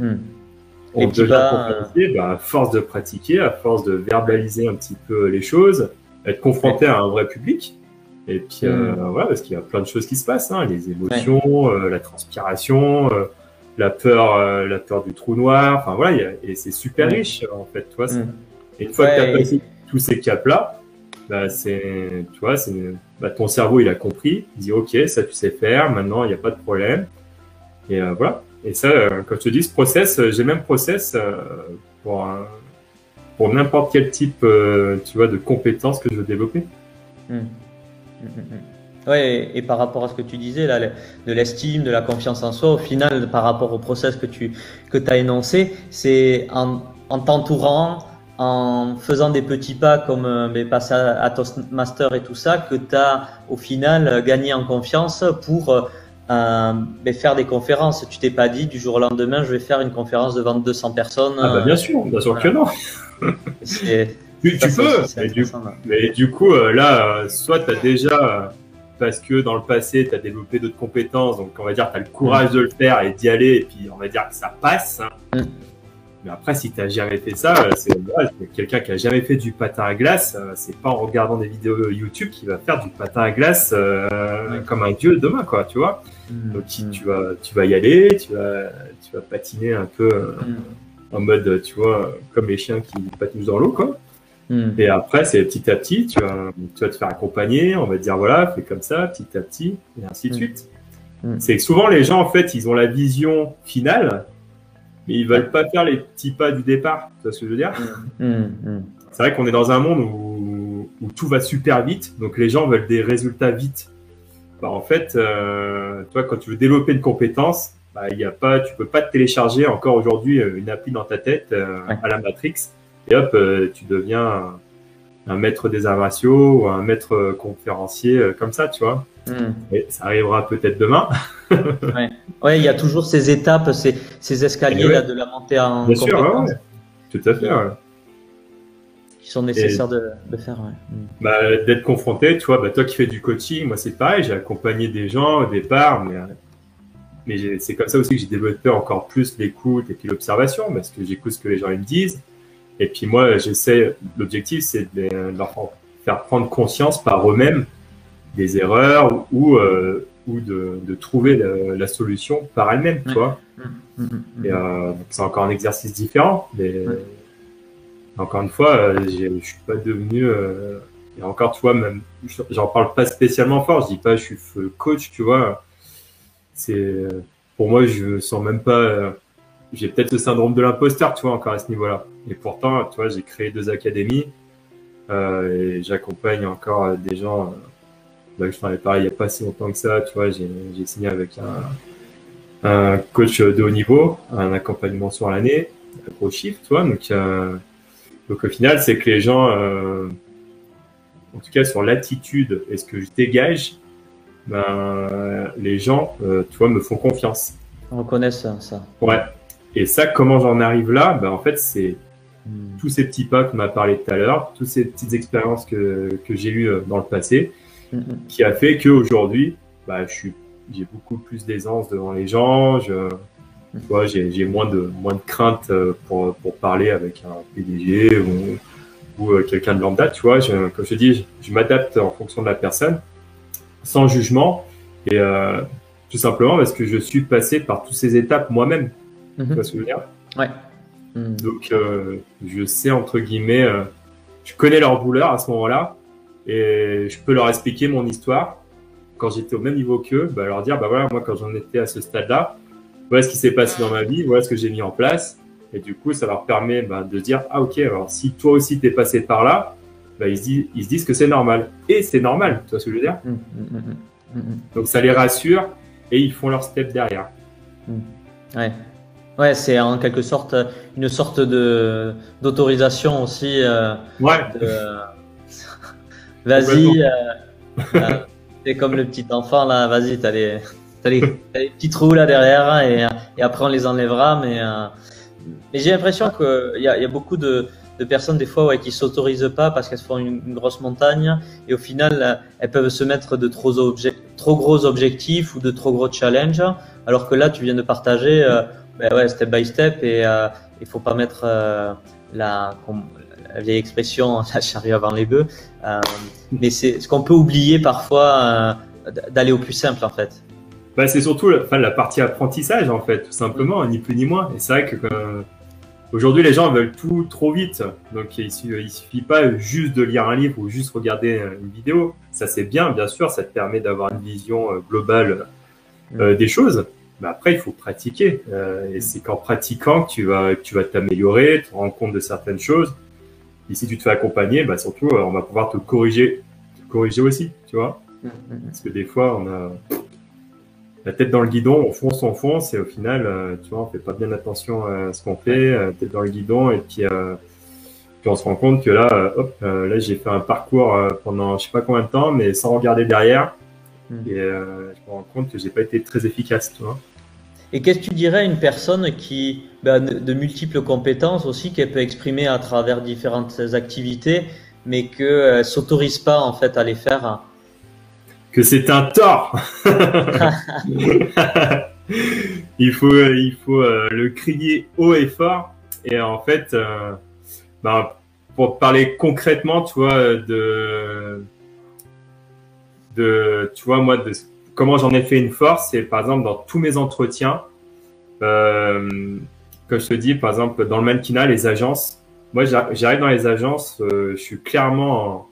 On devient conférencier à force de pratiquer, à force de verbaliser un petit peu les choses, être confronté à un vrai public. Et puis, parce qu'il y a plein de choses qui se passent, hein, les émotions, la transpiration, la peur du trou noir. Enfin, voilà, et c'est super riche, en fait. Tu vois, et une fois que tu as passé tous ces caps-là, ton cerveau, il a compris. Il dit, OK, ça, tu sais faire. Maintenant, il n'y a pas de problème. Et voilà. Et ça, comme je te dis, ce process, j'ai même process pour n'importe quel type, de compétences que je veux développer. Ouais, et par rapport à ce que tu disais là, de l'estime, de la confiance en soi, au final, par rapport au process que tu as énoncé, c'est en t'entourant, en faisant des petits pas comme passer à Toastmaster et tout ça, que tu as au final gagné en confiance pour faire des conférences. Tu t'es pas dit du jour au lendemain, je vais faire une conférence devant 200 personnes. Bien sûr que non. Tu peux, mais du coup, là, soit tu as déjà, parce que dans le passé, tu as développé d'autres compétences, donc on va dire que tu as le courage de le faire et d'y aller, et puis on va dire que ça passe. Hein. Mais après, si tu n'as jamais fait ça, c'est quelqu'un qui a jamais fait du patin à glace, c'est pas en regardant des vidéos YouTube qu'il va faire du patin à glace comme un dieu demain, quoi, tu vois. Donc tu vas y aller, tu vas patiner un peu en mode, tu vois, comme les chiens qui patinent dans l'eau, quoi. Et après, c'est petit à petit, tu vas te faire accompagner, on va te dire, voilà, fais comme ça, petit à petit, et ainsi de suite. C'est que souvent, les gens, en fait, ils ont la vision finale, mais ils veulent pas faire les petits pas du départ. Tu vois ce que je veux dire? C'est vrai qu'on est dans un monde où tout va super vite, donc les gens veulent des résultats vite. En fait, toi, quand tu veux développer une compétence, tu peux pas te télécharger encore aujourd'hui une appli dans ta tête à la Matrix et hop, tu deviens un maître des arts martiaux ou un maître conférencier comme ça, tu vois. Et ça arrivera peut-être demain. Ouais. Ouais, il y a toujours ces étapes, ces escaliers là de la montée en Bien sûr, compétence tout à fait. qui sont nécessaires de faire. Bah, d'être confronté, tu vois, bah, toi qui fais du coaching, moi c'est pareil, j'ai accompagné des gens au départ, mais c'est comme ça aussi que j'ai développé encore plus l'écoute et puis l'observation, parce que j'écoute ce que les gens ils me disent. Et puis moi, l'objectif c'est de leur faire prendre conscience par eux-mêmes des erreurs ou de trouver la solution par elles-mêmes, tu vois. Et c'est encore un exercice différent, mais encore une fois, je suis pas devenu. Et encore, tu vois, même, j'en parle pas spécialement fort. Je dis pas, je suis coach, tu vois. Pour moi, je sens même pas. J'ai peut-être le syndrome de l'imposteur, tu vois, encore à ce niveau-là. Et pourtant, tu vois, j'ai créé 2 académies et j'accompagne encore des gens. Je t'en ai parlé il y a pas si longtemps que ça, tu vois. J'ai signé avec un coach de haut niveau, un accompagnement sur l'année, un gros chiffre, tu vois. Donc au final, c'est que les gens, en tout cas sur l'attitude et ce que je dégage, ben, les gens, tu vois, me font confiance. On reconnaît ça. Ouais. Et ça, comment j'en arrive là? Ben, en fait, c'est tous ces petits pas qu'on m'a parlé tout à l'heure, toutes ces petites expériences que j'ai eues dans le passé, qui a fait qu'aujourd'hui, bah, j'ai beaucoup plus d'aisance devant les gens. Tu vois, j'ai moins de crainte pour parler avec un PDG ou quelqu'un de lambda, tu vois. Comme je te dis, je m'adapte en fonction de la personne, sans jugement, et tout simplement parce que je suis passé par toutes ces étapes moi-même. Tu vois ce que je veux dire? Ouais. Donc, je sais, entre guillemets, je connais leur douleur à ce moment-là, et je peux leur expliquer mon histoire. Quand j'étais au même niveau qu'eux, bah, leur dire, bah voilà, moi, quand j'en étais à ce stade-là, voilà ce qui s'est passé dans ma vie, voilà ce que j'ai mis en place. Et du coup, ça leur permet de se dire, ah ok, alors si toi aussi t'es passé par là, bah, ils se disent que c'est normal. Et c'est normal, tu vois ce que je veux dire? Donc ça les rassure et ils font leur step derrière. Ouais. Ouais, c'est en quelque sorte une sorte d'autorisation aussi. Ouais. Vas-y, c'est comme le petit enfant là, vas-y, t'as les petits trous là derrière et après on les enlèvera. Mais j'ai l'impression qu'il y a beaucoup de personnes des fois qui s'autorisent pas parce qu'elles se font une grosse montagne et au final elles peuvent se mettre de trop gros objectifs ou de trop gros challenges, alors que là tu viens de partager step by step et il faut pas mettre la vieille expression la charrue avant les bœufs, mais c'est ce qu'on peut oublier parfois, d'aller au plus simple en fait. Bah, c'est surtout la partie apprentissage en fait, tout simplement, ni plus ni moins. Et c'est vrai que aujourd'hui les gens veulent tout trop vite, donc il suffit pas juste de lire un livre ou juste regarder une vidéo. Ça c'est bien sûr, ça te permet d'avoir une vision globale des choses. Mais après il faut pratiquer, et c'est qu'en pratiquant que tu vas t'améliorer, te rendre compte de certaines choses. Et si tu te fais accompagner, bah surtout on va pouvoir te corriger aussi, tu vois. Parce que des fois on a la tête dans le guidon, on fonce, et au final, tu vois, on fait pas bien attention à ce qu'on fait, tête dans le guidon, et puis on se rend compte que là, là j'ai fait un parcours pendant je sais pas combien de temps, mais sans regarder derrière, et je me rends compte que j'ai pas été très efficace, tu vois. Et qu'est-ce que tu dirais à une personne qui de multiples compétences aussi, qu'elle peut exprimer à travers différentes activités, mais que s'autorise pas en fait à les faire? Que c'est un tort. Il faut le crier haut et fort. Et en fait, pour parler concrètement, tu vois, tu vois, moi, de comment j'en ai fait une force, c'est par exemple dans tous mes entretiens, comme je te dis, par exemple, dans le mannequinat, les agences, moi, j'arrive dans les agences, je suis clairement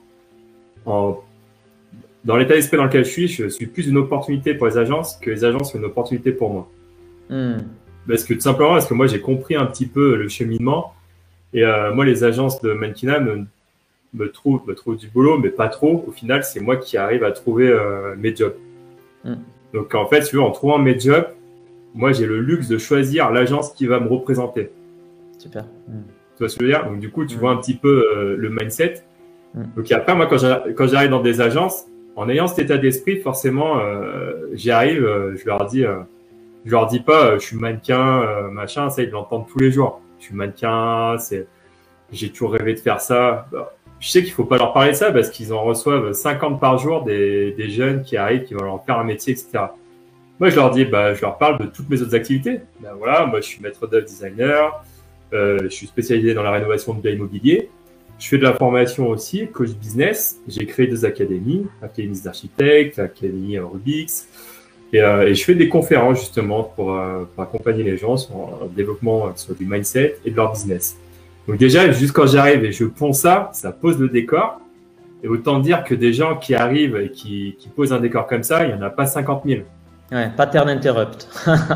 dans l'état d'esprit dans lequel je suis plus une opportunité pour les agences que les agences sont une opportunité pour moi. Parce que tout simplement, parce que moi, j'ai compris un petit peu le cheminement. Et moi, les agences de mannequinat me trouvent du boulot, mais pas trop. Au final, c'est moi qui arrive à trouver mes jobs. Donc, en fait, si tu veux, en trouvant mes jobs, moi, j'ai le luxe de choisir l'agence qui va me représenter. Super. Tu vois ce que je veux dire? Donc, du coup, tu vois un petit peu le mindset. Mm. Donc, après, moi, quand j'arrive dans des agences, en ayant cet état d'esprit, forcément, j'y arrive, je leur dis pas, je suis mannequin, machin, ça, ils l'entendent tous les jours. Je suis mannequin, j'ai toujours rêvé de faire ça. Bah, je sais qu'il faut pas leur parler de ça parce qu'ils en reçoivent 50 par jour des jeunes qui arrivent, qui vont leur faire un métier, etc. Moi, je leur dis, je leur parle de toutes mes autres activités. Ben voilà, moi, je suis maître d'œuvre designer, je suis spécialisé dans la rénovation de biens immobiliers. Je fais de la formation aussi, coach business. J'ai créé des académies, académies d'architectes, académies Rubix. Et je fais des conférences justement pour accompagner les gens sur le développement sur du mindset et de leur business. Donc déjà, juste quand j'arrive et je ponds ça pose le décor. Et autant dire que des gens qui arrivent et qui posent un décor comme ça, il n'y en a pas 50 000. Ouais, pattern interrupt.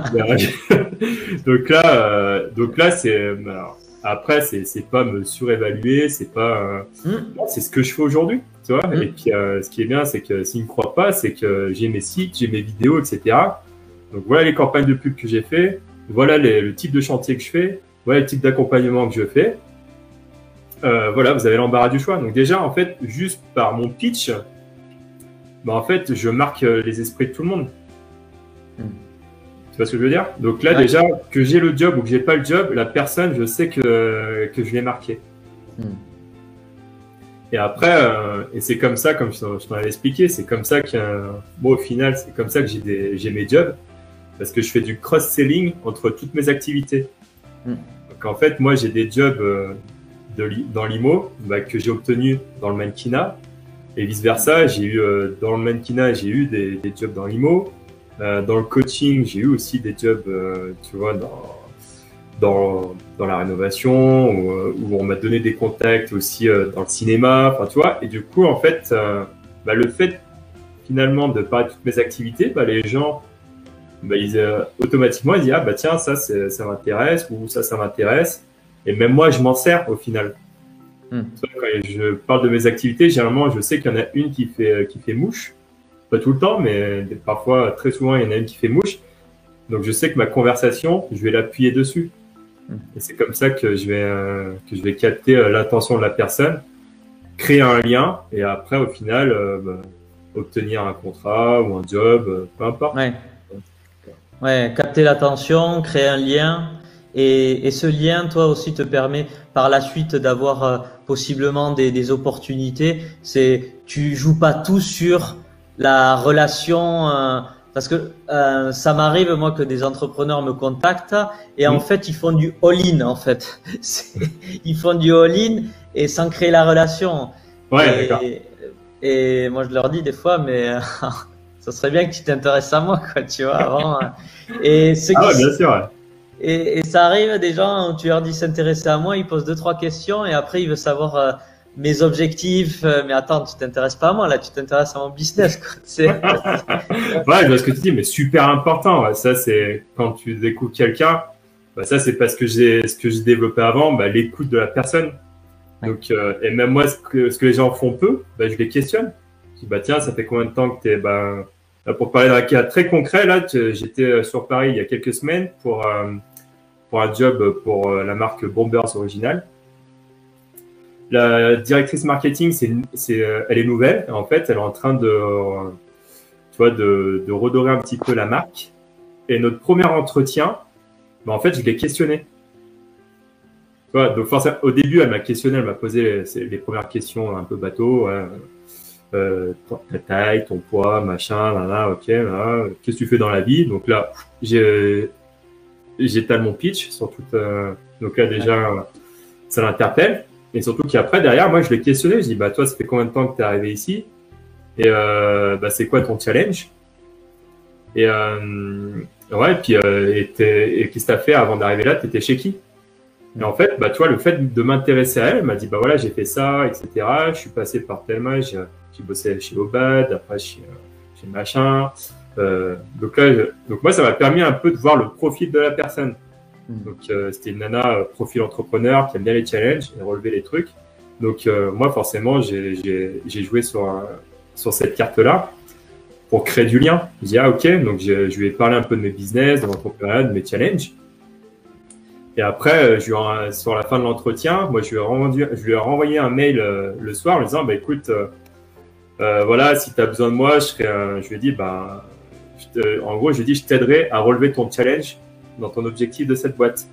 donc là, après, c'est pas me surévaluer, c'est pas, c'est ce que je fais aujourd'hui, tu vois. Et puis, ce qui est bien, c'est que s'ils ne me croient pas, c'est que j'ai mes sites, j'ai mes vidéos, etc. Donc voilà les campagnes de pub que j'ai fait, voilà le type de chantier que je fais, voilà le type d'accompagnement que je fais. Voilà, vous avez l'embarras du choix. Donc déjà, en fait, juste par mon pitch, en fait, je marque les esprits de tout le monde. Tu vois ce que je veux dire? Donc là, déjà, que j'ai le job ou que j'ai pas le job, la personne, je sais que je l'ai marqué. Et après, et c'est comme ça, comme je t'en avais expliqué, c'est comme ça que, au final, c'est comme ça que j'ai mes jobs, parce que je fais du cross-selling entre toutes mes activités. Donc en fait, moi, j'ai des jobs dans l'IMO que j'ai obtenus dans le mannequinat, et vice-versa, j'ai eu dans le mannequinat, j'ai eu des jobs dans l'IMO. Dans le coaching, j'ai eu aussi des jobs, tu vois, dans la rénovation, où on m'a donné des contacts aussi dans le cinéma, enfin, tu vois. Et du coup, en fait, le fait finalement de parler de toutes mes activités, les gens, automatiquement, ils disent, tiens, ça m'intéresse, ou ça m'intéresse. Et même moi, je m'en sers au final. Quand je parle de mes activités, généralement, je sais qu'il y en a une qui fait mouche. Pas tout le temps, mais parfois, très souvent, il y en a une qui fait mouche. Donc, je sais que ma conversation, je vais l'appuyer dessus. Et c'est comme ça que je vais capter l'attention de la personne, créer un lien et après, au final, obtenir un contrat ou un job, peu importe. Ouais, capter l'attention, créer un lien. Et ce lien, toi aussi, te permet par la suite d'avoir possiblement des opportunités. Tu joues pas tout sur la relation, parce que ça m'arrive moi que des entrepreneurs me contactent et en fait ils font du all-in en fait. Ils font du all-in et sans créer la relation. Et moi je leur dis des fois mais ça serait bien que tu t'intéresses à moi quoi, tu vois avant. Et bien sûr. Et ça arrive des gens où tu leur dis s'intéresser à moi, ils posent 2-3 questions et après ils veulent savoir mes objectifs, mais attends, tu t'intéresses pas à moi, là, tu t'intéresses à mon business, quoi. Je vois ce que tu dis, mais super important. Ça, c'est quand tu découvres quelqu'un, ça, c'est parce que ce que j'ai développé avant, l'écoute de la personne. Donc, et même moi, ce que les gens font peu, je les questionne. Je dis, tiens, ça fait combien de temps que t'es, pour parler d'un cas très concret, là, j'étais sur Paris il y a quelques semaines pour un job pour la marque Bombers Original. La directrice marketing, elle est nouvelle. En fait, elle est en train de redorer un petit peu la marque. Et notre premier entretien, en fait, je l'ai questionné. Donc forcément, au début, elle m'a questionné, elle m'a posé les premières questions un peu bateau. Ta taille, ton poids, machin, ok, qu'est-ce que tu fais dans la vie? Donc là, j'étale mon pitch sur toute. Donc là, déjà, ça l'interpelle. Et surtout qu'après, derrière, moi, je l'ai questionné. Je dis, toi, ça fait combien de temps que tu es arrivé ici? Et c'est quoi ton challenge? Et puis, et qu'est-ce que tu as fait avant d'arriver là? Tu étais chez qui? Et en fait, toi, le fait de m'intéresser à elle, elle m'a dit, voilà, j'ai fait ça, etc. Je suis passé par tel match, j'ai bossé chez Obad, après chez machin. Donc moi, ça m'a permis un peu de voir le profil de la personne. Donc, c'était une nana profil entrepreneur qui aime bien les challenges et relever les trucs. Donc, moi, forcément, j'ai joué sur cette carte-là pour créer du lien. Je dis, ok, donc je lui ai parlé un peu de mes business, de l'entrepreneuriat, de mes challenges. Et après, sur la fin de l'entretien, moi, je lui ai renvoyé un mail le soir en lui disant, bah, écoute, voilà, si tu as besoin de moi, je lui ai dit, bah, en gros, je lui ai dit, je t'aiderai à relever ton challenge dans ton objectif de cette boîte.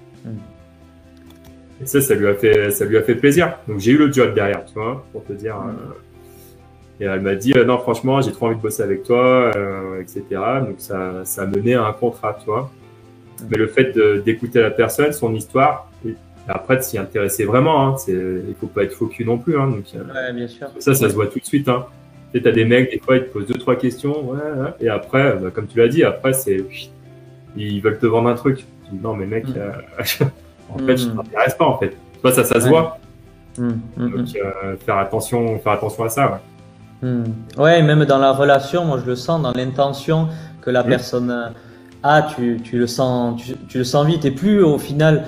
Et ça lui a fait plaisir. Donc, j'ai eu le job derrière, tu vois, pour te dire. Et elle m'a dit, non, franchement, j'ai trop envie de bosser avec toi, etc. Donc, ça a mené à un contrat, tu vois. Mais le fait d'écouter la personne, son histoire, et après de s'y intéresser vraiment, hein, il faut pas être faux cul non plus. Hein, donc, ouais, bien sûr. Ça se voit tout de suite. Hein. Tu sais, as des mecs, des fois, ils te posent 2-3 questions, ouais, et après, bah, comme tu l'as dit, après, ils veulent te vendre un truc. Tu dis, non, mais mec, en fait, je ne t'intéresse pas, en fait. Toi, ça se voit. Donc, faire attention à ça. Ouais. Ouais, même dans la relation, moi, je le sens dans l'intention que la personne a, tu le sens vite. Et plus, au final,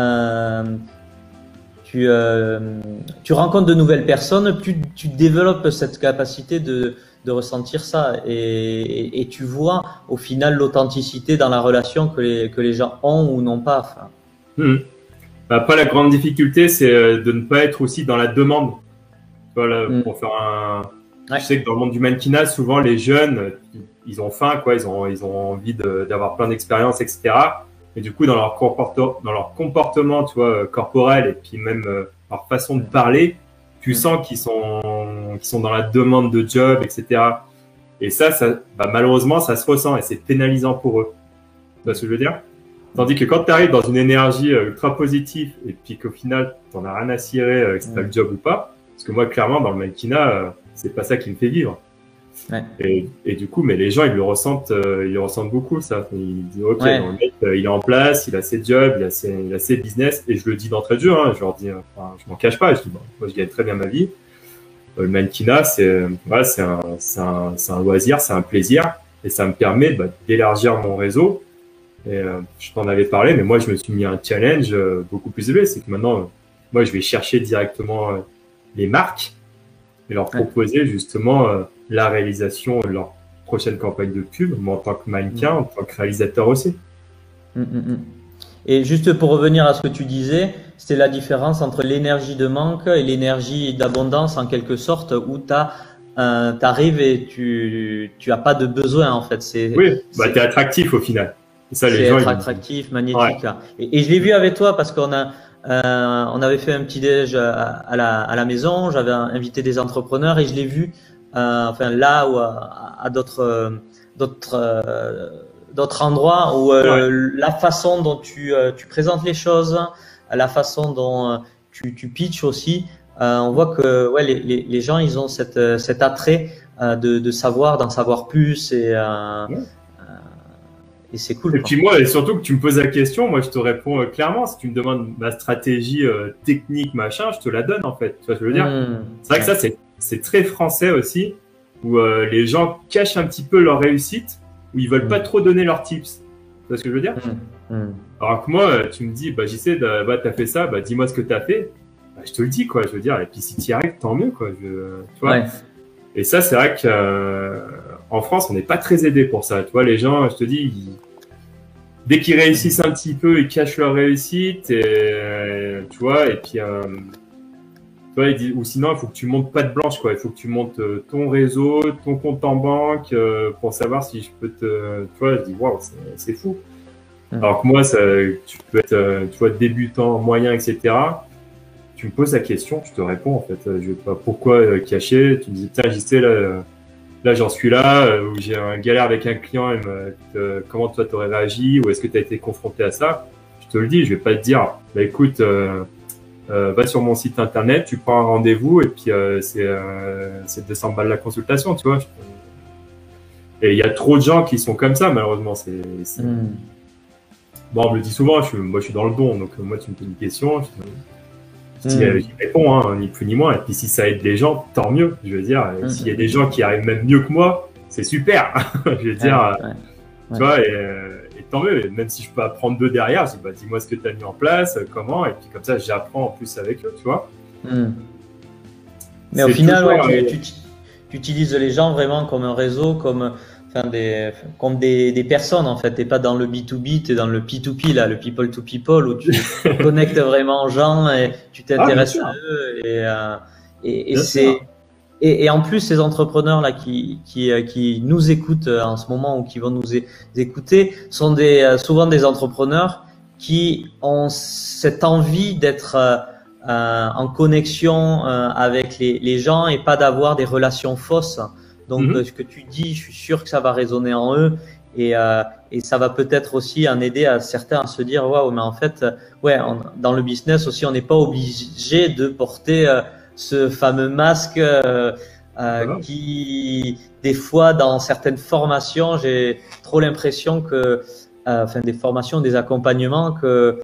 tu rencontres de nouvelles personnes, plus tu développes cette capacité de ressentir ça et tu vois au final l'authenticité dans la relation que les gens ont ou n'ont pas. Enfin. Après, la grande difficulté, c'est de ne pas être aussi dans la demande. Voilà, pour faire Je sais que dans le monde du mannequinat, souvent les jeunes, ils ont faim, quoi. Ils ont envie d'avoir plein d'expériences, etc. Et du coup, dans leur comportement, tu vois, corporel et puis même leur façon de parler, tu sens qu'ils sont dans la demande de job, etc. Et ça bah, malheureusement, ça se ressent et c'est pénalisant pour eux. Tu vois ce que je veux dire? Tandis que quand tu arrives dans une énergie ultra positive et puis qu'au final, tu n'en as rien à cirer, que c'est pas le job ou pas, parce que moi, clairement, dans le mannequinat, c'est pas ça qui me fait vivre. Ouais. Et du coup, mais les gens, ils le ressentent beaucoup, ça. Ils disent, ok, ouais. Le mec, il est en place, il a ses jobs, il a ses business, et je le dis d'entrée de jeu, hein, je leur dis, enfin, je m'en cache pas, je dis, bon, moi, je gagne très bien ma vie. Le mannequinat, c'est un loisir, c'est un plaisir, et ça me permet d'élargir mon réseau. Et je t'en avais parlé, mais moi, je me suis mis un challenge beaucoup plus élevé. C'est que maintenant, moi, je vais chercher directement les marques et leur proposer justement la réalisation de leur prochaine campagne de pub, moi en tant que mannequin, en tant que réalisateur aussi. Et juste pour revenir à ce que tu disais, c'était la différence entre l'énergie de manque et l'énergie d'abondance en quelque sorte, où t'arrives et tu as pas de besoin en fait. Oui, t'es attractif au final. C'est attractif, magnétique. Ouais. Et je l'ai vu avec toi parce qu'on avait fait un petit déj à la maison. J'avais invité des entrepreneurs et je l'ai vu, enfin là ou à d'autres endroits où la façon dont tu présentes les choses, la façon dont tu pitches aussi, on voit que les gens ils ont cet attrait de savoir, d'en savoir plus et c'est cool. Et puis moi, et surtout que tu me poses la question, moi je te réponds clairement. Si tu me demandes ma stratégie technique, machin, je te la donne en fait. Tu vois ce que je veux dire? C'est vrai que ça, c'est très français aussi, où les gens cachent un petit peu leur réussite, où ils veulent pas trop donner leurs tips. Tu vois ce que je veux dire? Alors que moi, tu me dis, JC, t'as fait ça, dis-moi ce que t'as fait. Je te le dis, quoi, je veux dire. Et puis si tu y arrives, tant mieux, quoi. Tu vois. Ouais. Et ça, c'est vrai qu'en France, on n'est pas très aidé pour ça. Tu vois, les gens, je te dis, dès qu'ils réussissent un petit peu, ils cachent leur réussite, et, tu vois, et puis, tu vois, ils disent, ou sinon, il faut que tu montes patte blanche, quoi. Il faut que tu montes ton réseau, ton compte en banque, pour savoir si je peux tu vois, je dis, waouh, c'est fou. Alors que moi, tu peux être, tu vois, débutant, moyen, etc. Tu me poses la question, je te réponds, en fait. Je veux pas pourquoi cacher. Tu me dis, tiens, JC, là, j'en suis là, où j'ai un galère avec un client, comment toi t'aurais réagi, ou est-ce que tu as été confronté à ça? Je te le dis, je vais pas te dire, écoute, va sur mon site internet, tu prends un rendez-vous, et puis c'est 200 balles la consultation, tu vois. Et il y a trop de gens qui sont comme ça, malheureusement. Bon, on me le dit souvent, moi je suis dans le don, donc moi tu me poses une question, j'y réponds, hein, ni plus ni moins. Et puis si ça aide les gens, tant mieux. Je veux dire, s'il y a des gens qui arrivent même mieux que moi, c'est super. Je veux dire, tu vois, et tant mieux. Et même si je peux apprendre d'eux derrière, je dis, dis-moi ce que tu as mis en place, comment, et puis comme ça, j'apprends en plus avec eux, tu vois. Mais au final, tu utilises les gens vraiment comme un réseau, comme comme des personnes en fait. T'es pas dans le B2B, t'es dans le P2P là, le people to people où tu connectes vraiment aux gens et tu t'intéresses à eux et c'est et en plus ces entrepreneurs là qui nous écoutent en ce moment ou qui vont nous écouter sont souvent des entrepreneurs qui ont cette envie d'être en connexion avec les gens et pas d'avoir des relations fausses. Donc, ce que tu dis, je suis sûr que ça va résonner en eux et ça va peut-être aussi en aider à certains à se dire waouh, mais en fait, dans le business aussi, on n'est pas obligé de porter ce fameux masque qui, des fois, dans certaines formations, j'ai trop l'impression que, des formations, des accompagnements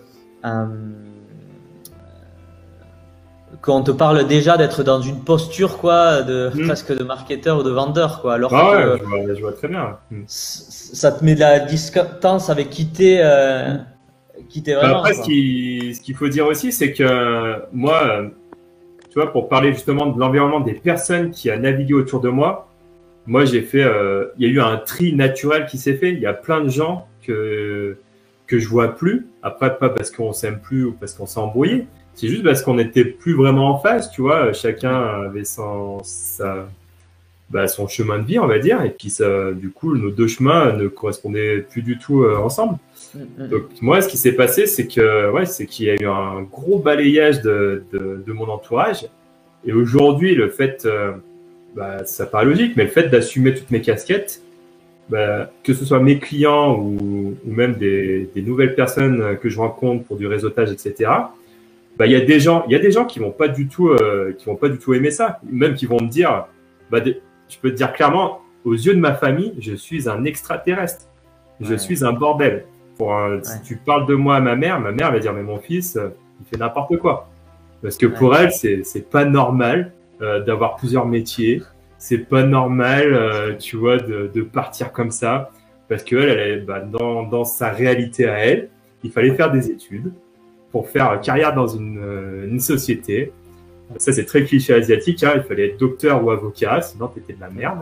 qu'on te parle déjà d'être dans une posture presque de marketeur ou de vendeur alors que je vois très bien. ça te met de la distance avec qui t'es vraiment. Après, ce qu'il faut dire aussi, c'est que moi, tu vois, pour parler justement de l'environnement des personnes qui a navigué autour de moi, j'ai fait, il y a eu un tri naturel qui s'est fait. Il y a plein de gens que je vois plus. Après, pas parce qu'on s'aime plus ou parce qu'on s'est embrouillé. C'est juste parce qu'on n'était plus vraiment en phase, tu vois. Chacun avait son chemin de vie, on va dire. Et puis, du coup, nos deux chemins ne correspondaient plus du tout ensemble. Donc, moi, ce qui s'est passé, c'est qu'il y a eu un gros balayage de mon entourage. Et aujourd'hui, le fait, ça paraît logique, mais le fait d'assumer toutes mes casquettes, que ce soit mes clients ou même des nouvelles personnes que je rencontre pour du réseautage, etc., il y a des gens qui vont pas du tout aimer ça, même qui vont me dire, je peux te dire clairement, aux yeux de ma famille, je suis un extraterrestre, je suis un bordel. Si tu parles de moi à ma mère va dire mais mon fils, il fait n'importe quoi, parce que pour elle c'est pas normal d'avoir plusieurs métiers, c'est pas normal, tu vois, de partir comme ça, parce que elle dans sa réalité à elle, il fallait faire des études pour faire carrière dans une société. Ça, c'est très cliché asiatique, hein. Il fallait être docteur ou avocat, sinon t'étais de la merde.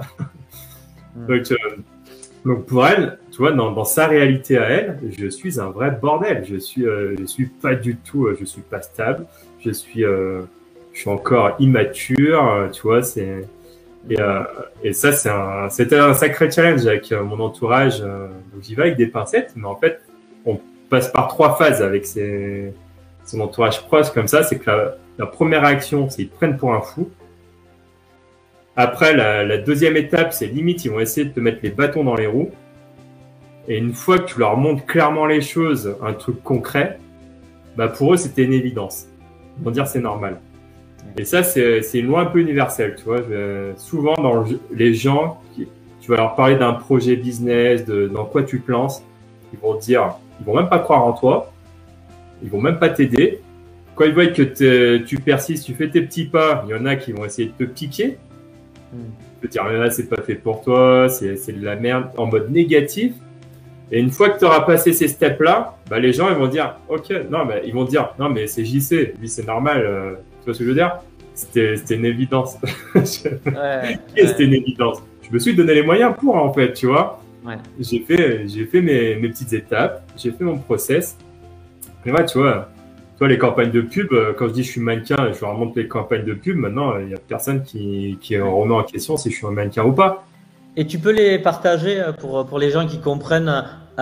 Donc pour elle, tu vois, dans sa réalité à elle, je suis un vrai bordel. Je suis pas du tout, je suis pas stable. Je suis encore immature, tu vois. Et ça, c'était un sacré challenge avec mon entourage. Donc j'y vais avec des pincettes, mais en fait, on passe par 3 phases avec son entourage proche comme ça. C'est que la première réaction, c'est qu'ils prennent pour un fou. Après, la deuxième étape, c'est limite, ils vont essayer de te mettre les bâtons dans les roues. Et une fois que tu leur montres clairement les choses, un truc concret, pour eux, c'était une évidence. Ils vont dire c'est normal. Et ça, c'est une loi un peu universelle, tu vois. Souvent, les gens, tu vas leur parler d'un projet business, dans quoi tu te lances, ils vont même pas croire en toi, ils vont même pas t'aider. Quand ils voient que tu persistes, tu fais tes petits pas, il y en a qui vont essayer de te piquer. Tu peux dire, là, c'est pas fait pour toi, c'est de la merde, en mode négatif. Et une fois que tu auras passé ces steps-là, les gens, ils vont dire, ok, ils vont dire, non, mais c'est JC, lui, c'est normal, tu vois ce que je veux dire? C'était une évidence. C'était une évidence. Je me suis donné les moyens pour, en fait, tu vois. J'ai fait mes petites étapes, j'ai fait mon process. Et tu vois, les campagnes de pub, quand je dis je suis mannequin, je leur montre les campagnes de pub, maintenant, il n'y a personne qui remet en question si je suis un mannequin ou pas. Et tu peux les partager pour les gens qui comprennent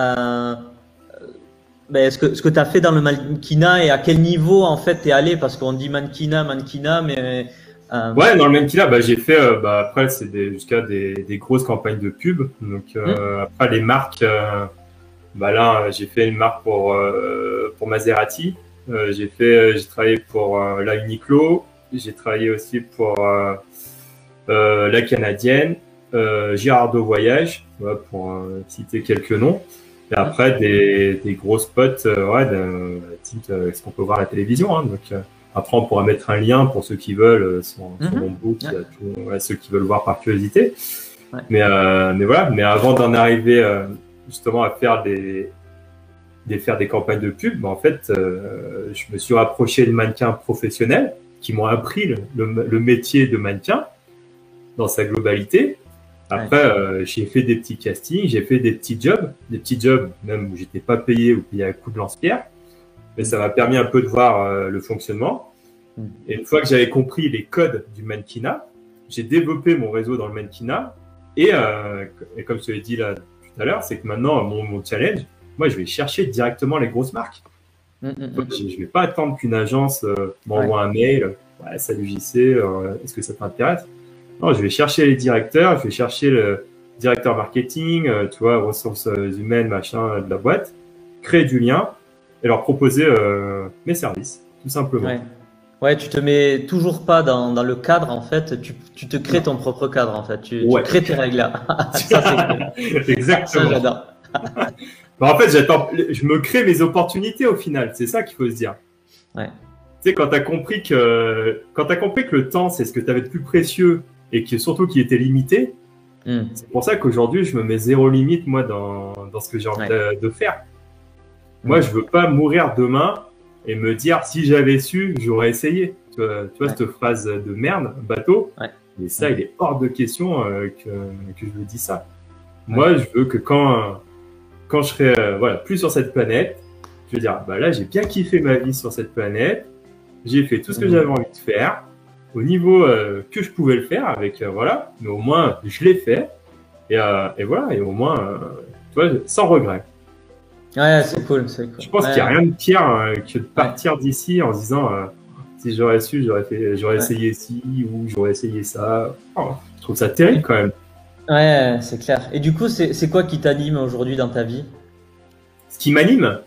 ce que tu as fait dans le mannequinat et à quel niveau en fait tu es allé, parce qu'on dit mannequinat, mais… Ouais, dans le mannequinat, j'ai fait, après c'est jusqu'à des grosses campagnes de pub. Donc après les marques, là j'ai fait une marque pour Maserati. J'ai travaillé pour la Uniqlo, j'ai travaillé aussi pour la Canadienne, Girardot Voyage, pour citer quelques noms. Et après des gros spots, ce qu'on peut voir à la télévision. Hein, donc après on pourra mettre un lien pour ceux qui veulent sur mon book, ceux qui veulent voir par curiosité. Mais voilà. Mais avant d'en arriver justement à faire des campagnes de pub, en fait, je me suis rapproché de mannequins professionnels qui m'ont appris le métier de mannequin dans sa globalité. Après, j'ai fait des petits castings, j'ai fait des petits jobs même où j'étais pas payé ou payé à coup de lance-pierre. Mais ça m'a permis un peu de voir le fonctionnement. Et une fois que j'avais compris les codes du mannequinat, j'ai développé mon réseau dans le mannequinat. Et comme je te l'ai dit là tout à l'heure, c'est que maintenant, mon challenge, moi, je vais chercher directement les grosses marques. Je ne vais pas attendre qu'une agence m'envoie un mail. Ouais, salut JC, est-ce que ça t'intéresse? Non, je vais chercher les directeurs, je vais chercher le directeur marketing, tu vois, ressources humaines, machin, de la boîte, créer du lien et leur proposer mes services, tout simplement. Ouais, tu te mets toujours pas dans le cadre, en fait, tu te crées ton propre cadre, en fait, tu crées tes règles là. Ça, c'est cool. Exactement. Ça, j'adore. Bah, en fait, je me crée mes opportunités au final, c'est ça qu'il faut se dire. Ouais. Tu sais, quand tu as compris que le temps, c'est ce que tu avais de plus précieux et que surtout qu'il était limité, c'est pour ça qu'aujourd'hui, je me mets zéro limite, moi, dans ce que j'ai envie de faire. Moi, je veux pas mourir demain et me dire, si j'avais su, j'aurais essayé. Tu vois cette phrase de merde, bateau, mais ça, il est hors de question que je me dis ça. Moi, je veux que quand je serai plus sur cette planète, je veux dire, bah là, j'ai bien kiffé ma vie sur cette planète, j'ai fait tout ce que j'avais envie de faire, au niveau que je pouvais le faire avec, mais au moins, je l'ai fait, et voilà, et au moins, tu vois, sans regret. Ouais, c'est cool. Je pense qu'il n'y a rien de pire que de partir d'ici en se disant, si j'aurais su, j'aurais essayé ci, ou j'aurais essayé ça. Oh, je trouve ça terrible quand même. Ouais, c'est clair. Et du coup, c'est quoi qui t'anime aujourd'hui dans ta vie? Ce qui m'anime,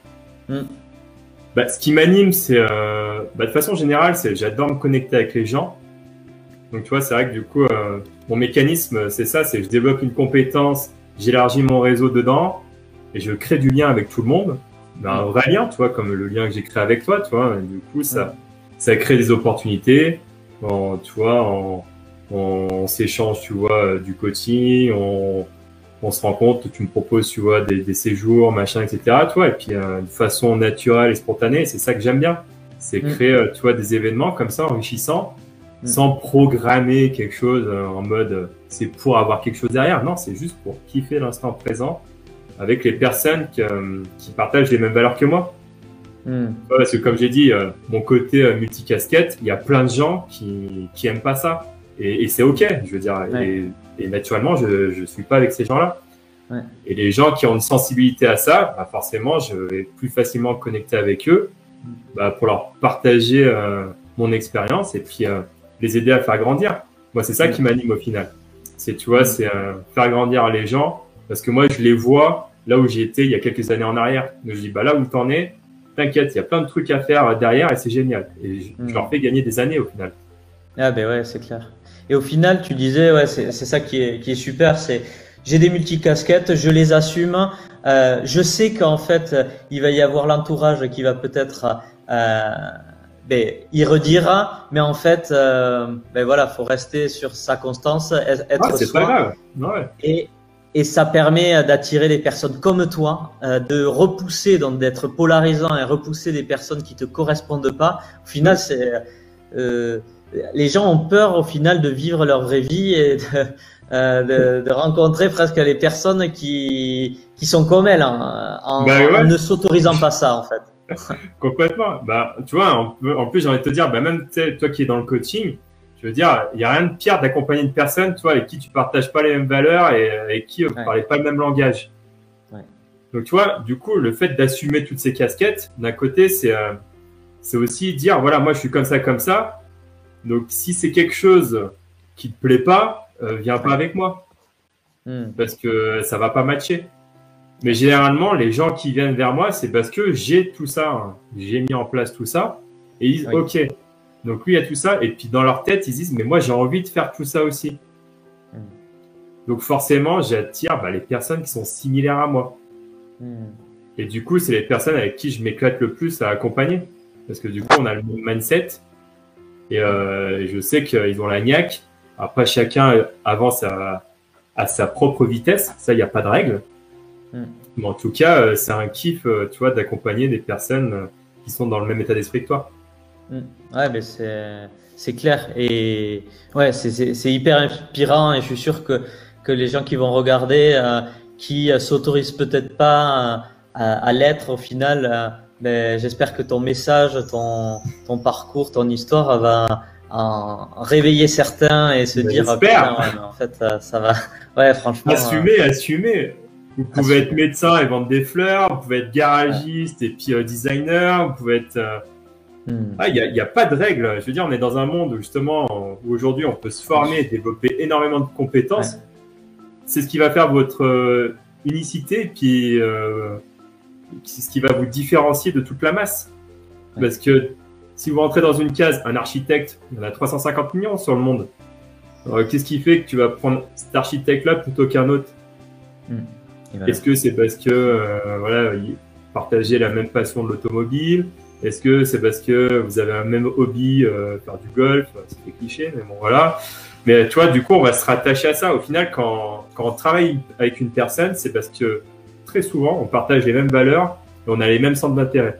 ce qui m'anime, c'est de façon générale, j'adore me connecter avec les gens. Donc tu vois, c'est vrai que du coup, mon mécanisme, c'est ça, c'est que je développe une compétence, j'élargis mon réseau dedans et je crée du lien avec tout le monde. Un vrai lien, tu vois, comme le lien que j'ai créé avec toi, tu vois. Et du coup, ça crée des opportunités. Tu vois, on s'échange, tu vois, du coaching, on se rend compte, tu me proposes, tu vois, des séjours, machin, etc. Tu vois, et puis de façon naturelle et spontanée, c'est ça que j'aime bien. C'est créer, tu vois, des événements comme ça, enrichissants, sans programmer quelque chose en mode c'est pour avoir quelque chose derrière. Non, c'est juste pour kiffer l'instant présent avec les personnes qui partagent les mêmes valeurs que moi. Parce que comme j'ai dit, mon côté multicasquette, il y a plein de gens qui aiment pas ça. Et c'est OK, je veux dire. Et naturellement, je suis pas avec ces gens-là. Et les gens qui ont une sensibilité à ça, bah forcément, je vais plus facilement connecter avec eux pour leur partager mon expérience et puis les aider à faire grandir. Moi, c'est ça qui m'anime au final. C'est, tu vois, c'est faire grandir les gens parce que moi, je les vois là où j'ai été il y a quelques années en arrière. Donc, je dis, là où t'en es, t'inquiète, il y a plein de trucs à faire derrière et c'est génial. Et je leur fais gagner des années au final. Ah ben ouais, c'est clair. Et au final, tu disais, c'est ça qui est super, c'est j'ai des multicasquettes, je les assume. Je sais qu'en fait, il va y avoir l'entourage qui va peut-être y redire, mais en fait, faut rester sur sa constance, être c'est soi. pas grave. Ouais. Et ça permet d'attirer des personnes comme toi, de repousser, donc d'être polarisant et repousser des personnes qui te correspondent pas. Au final, les gens ont peur au final de vivre leur vraie vie et de rencontrer presque les personnes qui sont comme elles en ne s'autorisant pas ça en fait. Complètement. Tu vois, en plus j'ai envie de te dire, même toi qui es dans le coaching, je veux dire, il y a rien de pire d'accompagner une personne, toi, avec qui tu partages pas les mêmes valeurs et avec qui vous parlez pas le même langage. Donc tu vois, du coup, le fait d'assumer toutes ces casquettes, d'un côté, c'est aussi dire, voilà, moi je suis comme ça. Donc, si c'est quelque chose qui te plaît pas, viens pas avec moi. Parce que ça va pas matcher. Mais généralement, les gens qui viennent vers moi, c'est parce que j'ai tout ça. J'ai mis en place tout ça. Et ils disent, OK. Donc, lui, il y a tout ça. Et puis, dans leur tête, ils disent, mais moi, j'ai envie de faire tout ça aussi. Donc, forcément, j'attire les personnes qui sont similaires à moi. Et du coup, c'est les personnes avec qui je m'éclate le plus à accompagner. Parce que du coup, on a le même mindset. Et je sais qu'ils ont la niaque. Après, chacun avance à sa propre vitesse. Ça, il n'y a pas de règle. Mais en tout cas, c'est un kiff, tu vois, d'accompagner des personnes qui sont dans le même état d'esprit que toi. Ouais, mais c'est clair. Et ouais, c'est hyper inspirant. Et je suis sûr que que les gens qui vont regarder, qui s'autorisent peut-être pas à l'être au final, ben, j'espère que ton message, ton parcours, ton histoire va réveiller certains et se dire j'espère. putain, ouais, en fait ça va. Ouais, franchement. Assumer. Vous pouvez être médecin et vendre des fleurs, vous pouvez être garagiste et puis designer, vous pouvez être. Il y a pas de règles. Je veux dire, on est dans un monde où justement, où aujourd'hui, on peut se former, développer énormément de compétences. Ouais. C'est ce qui va faire votre unicité, puis c'est ce qui va vous différencier de toute la masse. Ouais. Parce que si vous rentrez dans une case, un architecte, il y en a 350 millions sur le monde. Qu'est-ce qui fait que tu vas prendre cet architecte-là plutôt qu'un autre? Est-ce que c'est parce que voilà, partagez la même passion de l'automobile? Est-ce que c'est parce que vous avez un même hobby, faire du golf? C'est des clichés, mais bon, voilà. Mais tu vois, du coup, on va se rattacher à ça. Au final, quand on travaille avec une personne, c'est parce que très souvent, on partage les mêmes valeurs et on a les mêmes centres d'intérêt.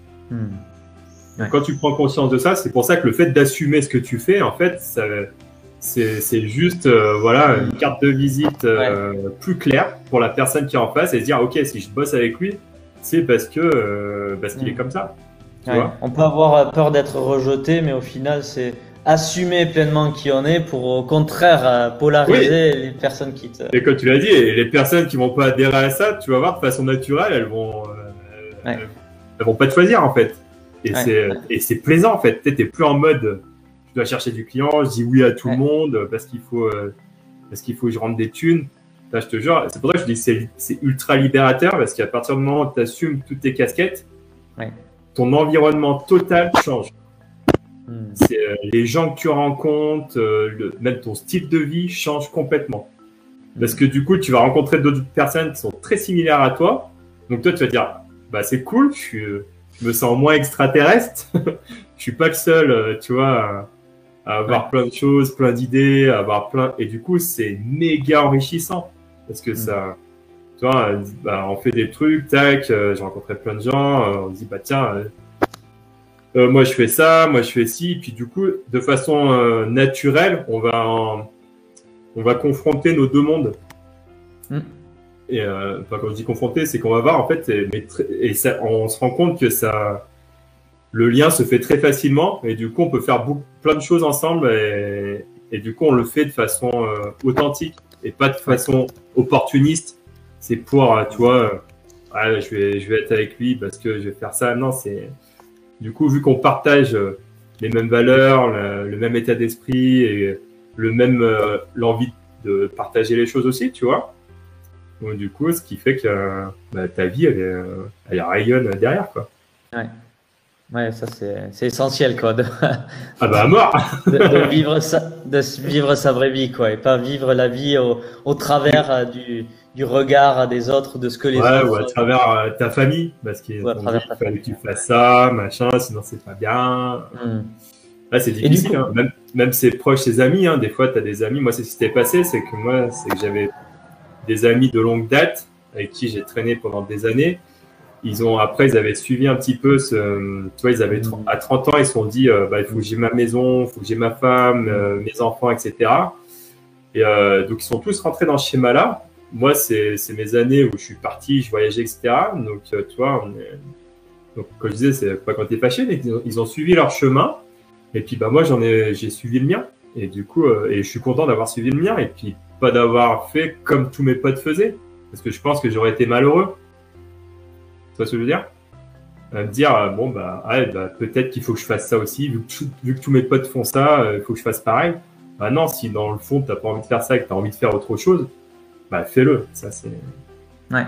Ouais. Quand tu prends conscience de ça, c'est pour ça que le fait d'assumer ce que tu fais, en fait, c'est juste voilà, une carte de visite plus claire pour la personne qui est en face et se dire, ok, si je bosse avec lui, c'est parce qu'il est comme ça. Tu vois, on peut avoir peur d'être rejeté, mais au final, c'est assumer pleinement qui on est pour au contraire polariser les personnes qui te... Et comme tu l'as dit, les personnes qui vont pas adhérer à ça, tu vas voir de façon naturelle, elles vont pas te choisir en fait. Et c'est plaisant en fait. Tu n'es plus en mode je dois chercher du client, je dis oui à tout le monde parce qu'il faut que je rentre des thunes. Là, je te jure, c'est pour ça que je dis que c'est ultra libérateur parce qu'à partir du moment où tu assumes toutes tes casquettes, ton environnement total change. C'est les gens que tu rencontres, même ton style de vie change complètement. Parce que du coup, tu vas rencontrer d'autres personnes qui sont très similaires à toi. Donc toi, tu vas dire, bah c'est cool, je me sens moins extraterrestre. Je suis pas le seul, tu vois, à avoir plein de choses, plein d'idées, à avoir plein. Et du coup, c'est méga enrichissant parce que ça, tu vois, on fait des trucs, tac. J'ai rencontré plein de gens. On dit, bah tiens. Moi je fais ça, moi je fais ci, puis du coup, de façon naturelle, on va confronter nos deux mondes. Et quand je dis confronter, c'est qu'on va voir en fait, et ça, on se rend compte que le lien se fait très facilement, et du coup, on peut faire plein de choses ensemble, et du coup, on le fait de façon authentique et pas de façon opportuniste. C'est pour, tu vois, je vais être avec lui parce que je vais faire ça. Non, c'est du coup, vu qu'on partage les mêmes valeurs, le même état d'esprit et l'envie de partager les choses aussi, tu vois. Donc, du coup, ce qui fait que ta vie, elle rayonne derrière, quoi. Ouais, ça c'est essentiel, quoi. Ah bah à mort. de vivre sa vraie vie, quoi, et pas vivre la vie au travers du regard des autres, de ce que les autres... ou à travers ta famille, parce qu'il fallait que tu fasses ça, machin, sinon c'est pas bien. Là, c'est difficile, coup, hein. Même ses proches, ses amis, hein. Des fois, tu as des amis. Moi, c'est ce qui s'était passé, c'est que j'avais des amis de longue date avec qui j'ai traîné pendant des années. Après, ils avaient suivi un petit peu tu vois, ils avaient, à 30 ans, ils se sont dit, il faut que j'ai ma maison, il faut que j'ai ma femme, mes enfants, etc. Et donc, ils sont tous rentrés dans ce schéma-là. Moi, c'est mes années où je suis parti, je voyageais, etc. Donc, tu vois, donc, comme je disais, c'est pas quand t'es fâché, mais ils ont suivi leur chemin. Et puis, moi, j'ai suivi le mien. Et du coup, et je suis content d'avoir suivi le mien. Et puis, pas d'avoir fait comme tous mes potes faisaient. Parce que je pense que j'aurais été malheureux. Tu vois ce que je veux dire? Me dire, peut-être qu'il faut que je fasse ça aussi. Vu que tous mes potes font ça, il faut que je fasse pareil. Bah non, si dans le fond, t'as pas envie de faire ça et que t'as envie de faire autre chose, fais-le. Ça, c'est... Ouais.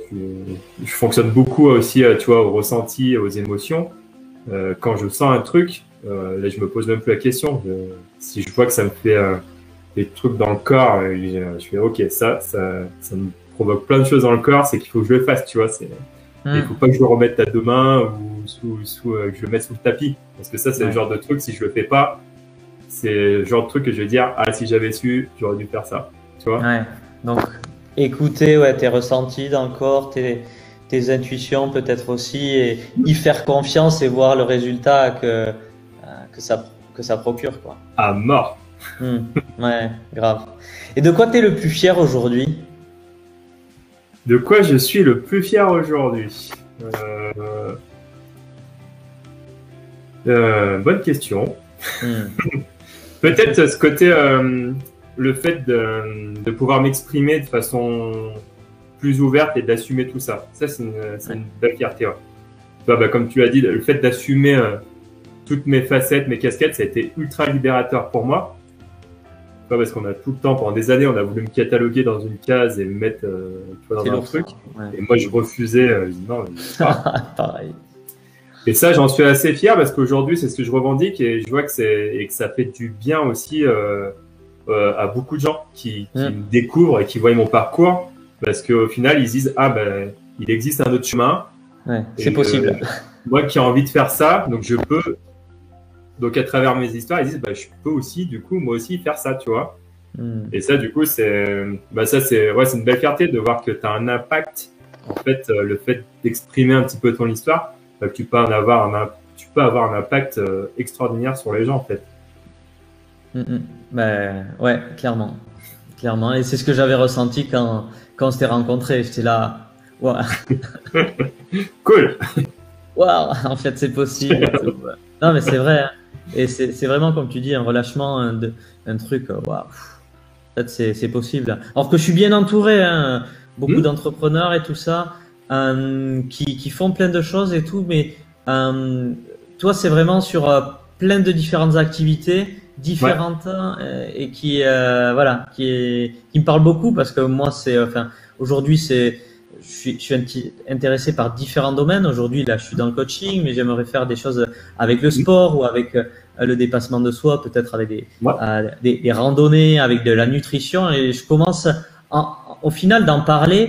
Je fonctionne beaucoup aussi, tu vois, au ressenti, aux émotions. Quand je sens un truc, là, je me pose même plus la question. Si je vois que ça me fait des trucs dans le corps, je fais OK, ça me provoque plein de choses dans le corps, c'est qu'il faut que je le fasse, tu vois. Il faut pas que je le remette à demain ou que je le mette sous le tapis. Parce que ça, c'est le genre de truc, si je le fais pas, c'est le genre de truc que je vais dire, si j'avais su, j'aurais dû faire ça. Tu vois? Ouais. Donc, écouter tes ressentis dans le corps, tes intuitions peut-être aussi, et y faire confiance et voir le résultat que ça procure, quoi. À mort. Ouais, grave. Et de quoi tu es le plus fier aujourd'hui? De quoi je suis le plus fier aujourd'hui? Bonne question. Peut-être ce côté, le fait de pouvoir m'exprimer de façon plus ouverte et d'assumer tout ça. Ça, c'est une belle fierté. Ouais. Bah, comme tu as dit, le fait d'assumer toutes mes facettes, mes casquettes, ça a été ultra libérateur pour moi. Parce qu'on a tout le temps, pendant des années, on a voulu me cataloguer dans une case et me mettre tu vois, dans un truc. Ouais. Et moi, je refusais. Je dis non. Pareil. Et ça, j'en suis assez fier parce qu'aujourd'hui, c'est ce que je revendique et je vois que ça fait du bien aussi à beaucoup de gens qui me découvrent et qui voient mon parcours parce qu'au final, ils se disent ah ben il existe un autre chemin. Ouais, c'est possible. Moi qui ai envie de faire ça, donc je peux. Donc à travers mes histoires, ils disent bah je peux aussi du coup moi aussi faire ça, tu vois. Et ça du coup c'est une belle fierté de voir que tu as un impact en fait le fait d'exprimer un petit peu ton histoire, que tu peux avoir un impact extraordinaire sur les gens en fait. Ben ouais, clairement. Et c'est ce que j'avais ressenti quand on s'était rencontrés, j'étais là waouh. Cool. Waouh, en fait c'est possible. Non mais c'est vrai. Hein. Et c'est vraiment, comme tu dis, un relâchement, un truc, waouh, en fait, c'est possible. Alors que je suis bien entouré, hein, beaucoup d'entrepreneurs et tout ça, qui font plein de choses et tout, mais toi, c'est vraiment sur plein de différentes activités différentes et qui me parlent beaucoup parce que moi, aujourd'hui, je suis intéressé par différents domaines. Aujourd'hui, là, je suis dans le coaching, mais j'aimerais faire des choses avec le sport ou avec le dépassement de soi, peut-être avec des randonnées, avec de la nutrition. Et je commence, au final, d'en parler.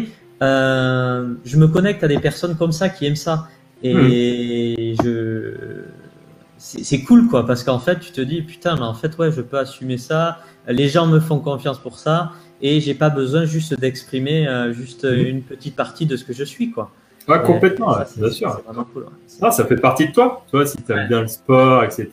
Je me connecte à des personnes comme ça qui aiment ça. Et c'est cool, quoi, parce qu'en fait, tu te dis, putain, mais en fait, ouais, je peux assumer ça. Les gens me font confiance pour ça. Et j'ai pas besoin juste d'exprimer une petite partie de ce que je suis, quoi. Ouais, complètement, bien sûr. C'est vraiment cool. Ouais. Ça fait partie de toi. Tu vois, si tu aimes bien le sport, etc.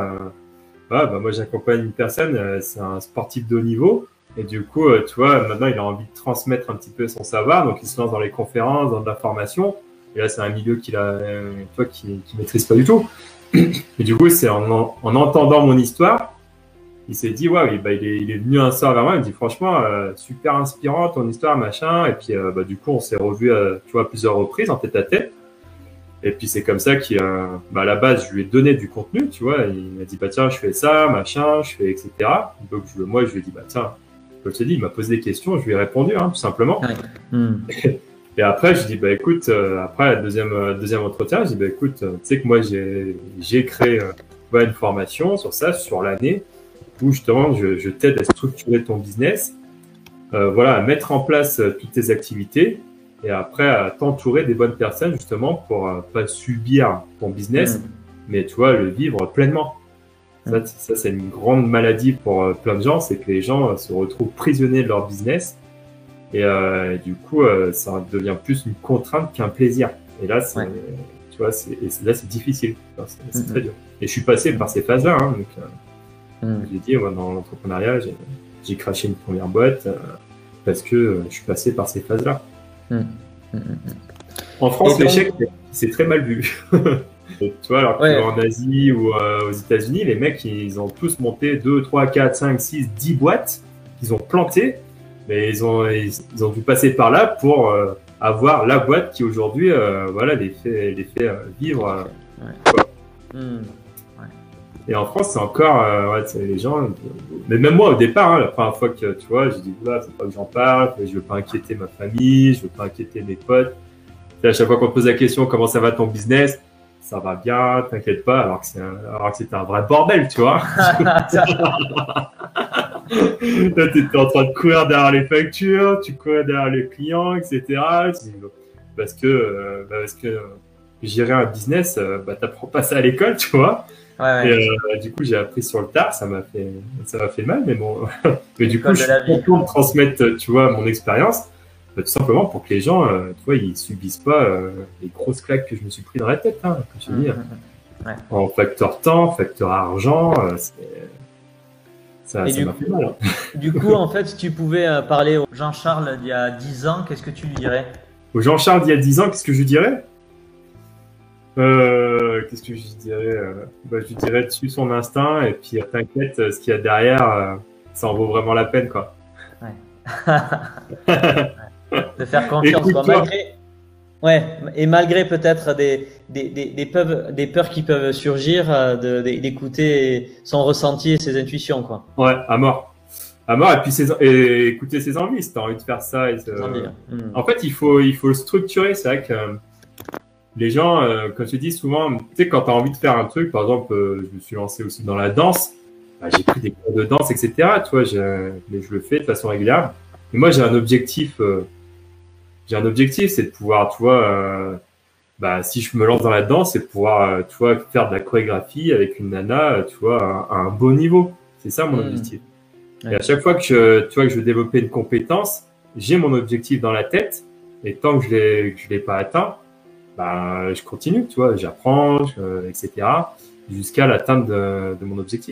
Moi, j'accompagne une personne, c'est un sportif de haut niveau. Et du coup, tu vois, maintenant, il a envie de transmettre un petit peu son savoir. Donc, il se lance dans les conférences, dans de la formation. Et là, c'est un milieu qu'il maîtrise pas du tout. Et du coup, c'est en entendant mon histoire, il s'est dit, ouais, il est venu un soir vers moi, il me dit, franchement, super inspirant ton histoire, machin. Et puis, du coup, on s'est revus, tu vois, à plusieurs reprises en tête à tête. Et puis, c'est comme ça qu'à la base, je lui ai donné du contenu, tu vois. Il m'a dit, bah, tiens, je fais ça, machin, je fais, etc. Donc, moi, je lui ai dit, bah, tiens, comme je t'ai dit, il m'a posé des questions, je lui ai répondu, hein, tout simplement. Et après, je dis, bah, écoute, après, le deuxième entretien, je dis, bah, écoute, tu sais que moi, j'ai créé une formation sur ça, sur l'année, où justement je t'aide à structurer ton business, à mettre en place toutes tes activités et après à t'entourer des bonnes personnes justement pour pas subir ton business, mais tu vois, le vivre pleinement. Ça, c'est une grande maladie pour plein de gens, c'est que les gens se retrouvent prisonniers de leur business et du coup, ça devient plus une contrainte qu'un plaisir. Et là, tu vois, c'est difficile, c'est très dur. Et je suis passé par ces phases-là, hein, donc. J'ai dit, dans l'entrepreneuriat, j'ai craché une première boîte parce que je suis passé par ces phases-là. En France, l'échec, c'est très mal vu. Tu vois, alors que en Asie ou aux États-Unis, les mecs, ils ont tous monté 2, 3, 4, 5, 6, 10 boîtes qu'ils ont plantées, mais ils ont dû passer par là pour avoir la boîte qui aujourd'hui les fait vivre. Et en France, c'est encore, les gens, mais même moi au départ, la première fois que tu vois, j'ai dit, là, faut pas que j'en parle, je veux pas inquiéter ma famille, je veux pas inquiéter mes potes. Et à chaque fois qu'on te pose la question, comment ça va ton business? Ça va bien, t'inquiète pas, alors que c'était un vrai bordel, tu vois. Là, t'étais en train de courir derrière les factures, tu courais derrière les clients, etc. Parce que gérer un business, t'apprends pas ça à l'école, tu vois. Et du coup, j'ai appris sur le tard, ça m'a fait mal, mais bon. Mais du coup, je suis content de transmettre, tu vois, mon expérience, tout simplement pour que les gens, tu vois, ils subissent pas les grosses claques que je me suis pris dans la tête, hein, comme je te dis. En facteur temps, facteur argent, Ça Et m'a fait mal. Hein. du coup, en fait, si tu pouvais parler au Jean-Charles d'il y a 10 ans, qu'est-ce que tu lui dirais? Au Jean-Charles d'il y a 10 ans, qu'est-ce que je lui dirais? Qu'est-ce que je lui dirais? Je lui dirais de suivre son instinct et puis t'inquiète, ce qu'il y a derrière, ça en vaut vraiment la peine, quoi. Ouais. De faire confiance, quoi. Écoute-toi. Ouais, et malgré peut-être des peurs qui peuvent surgir, d'écouter son ressenti et ses intuitions, quoi. Ouais, à mort. À mort, et puis et écouter ses envies, si t'as envie de faire ça. Ses envies, hein. En fait, il faut le structurer. C'est vrai que les gens, comme je te dis souvent, tu sais, quand t'as envie de faire un truc, par exemple, je me suis lancé aussi dans la danse, bah, j'ai pris des cours de danse, etc. Tu vois, mais je le fais de façon régulière. Et moi, j'ai un objectif, c'est de pouvoir, tu vois, bah, si je me lance dans la danse, c'est de pouvoir, tu vois, faire de la chorégraphie avec une nana, tu vois, à un beau niveau. C'est ça mon objectif. Ouais. Et à chaque fois que tu vois, que je veux développer une compétence, j'ai mon objectif dans la tête. Et tant que je l'ai pas atteint, bah, je continue, tu vois, j'apprends, etc. jusqu'à l'atteinte de mon objectif.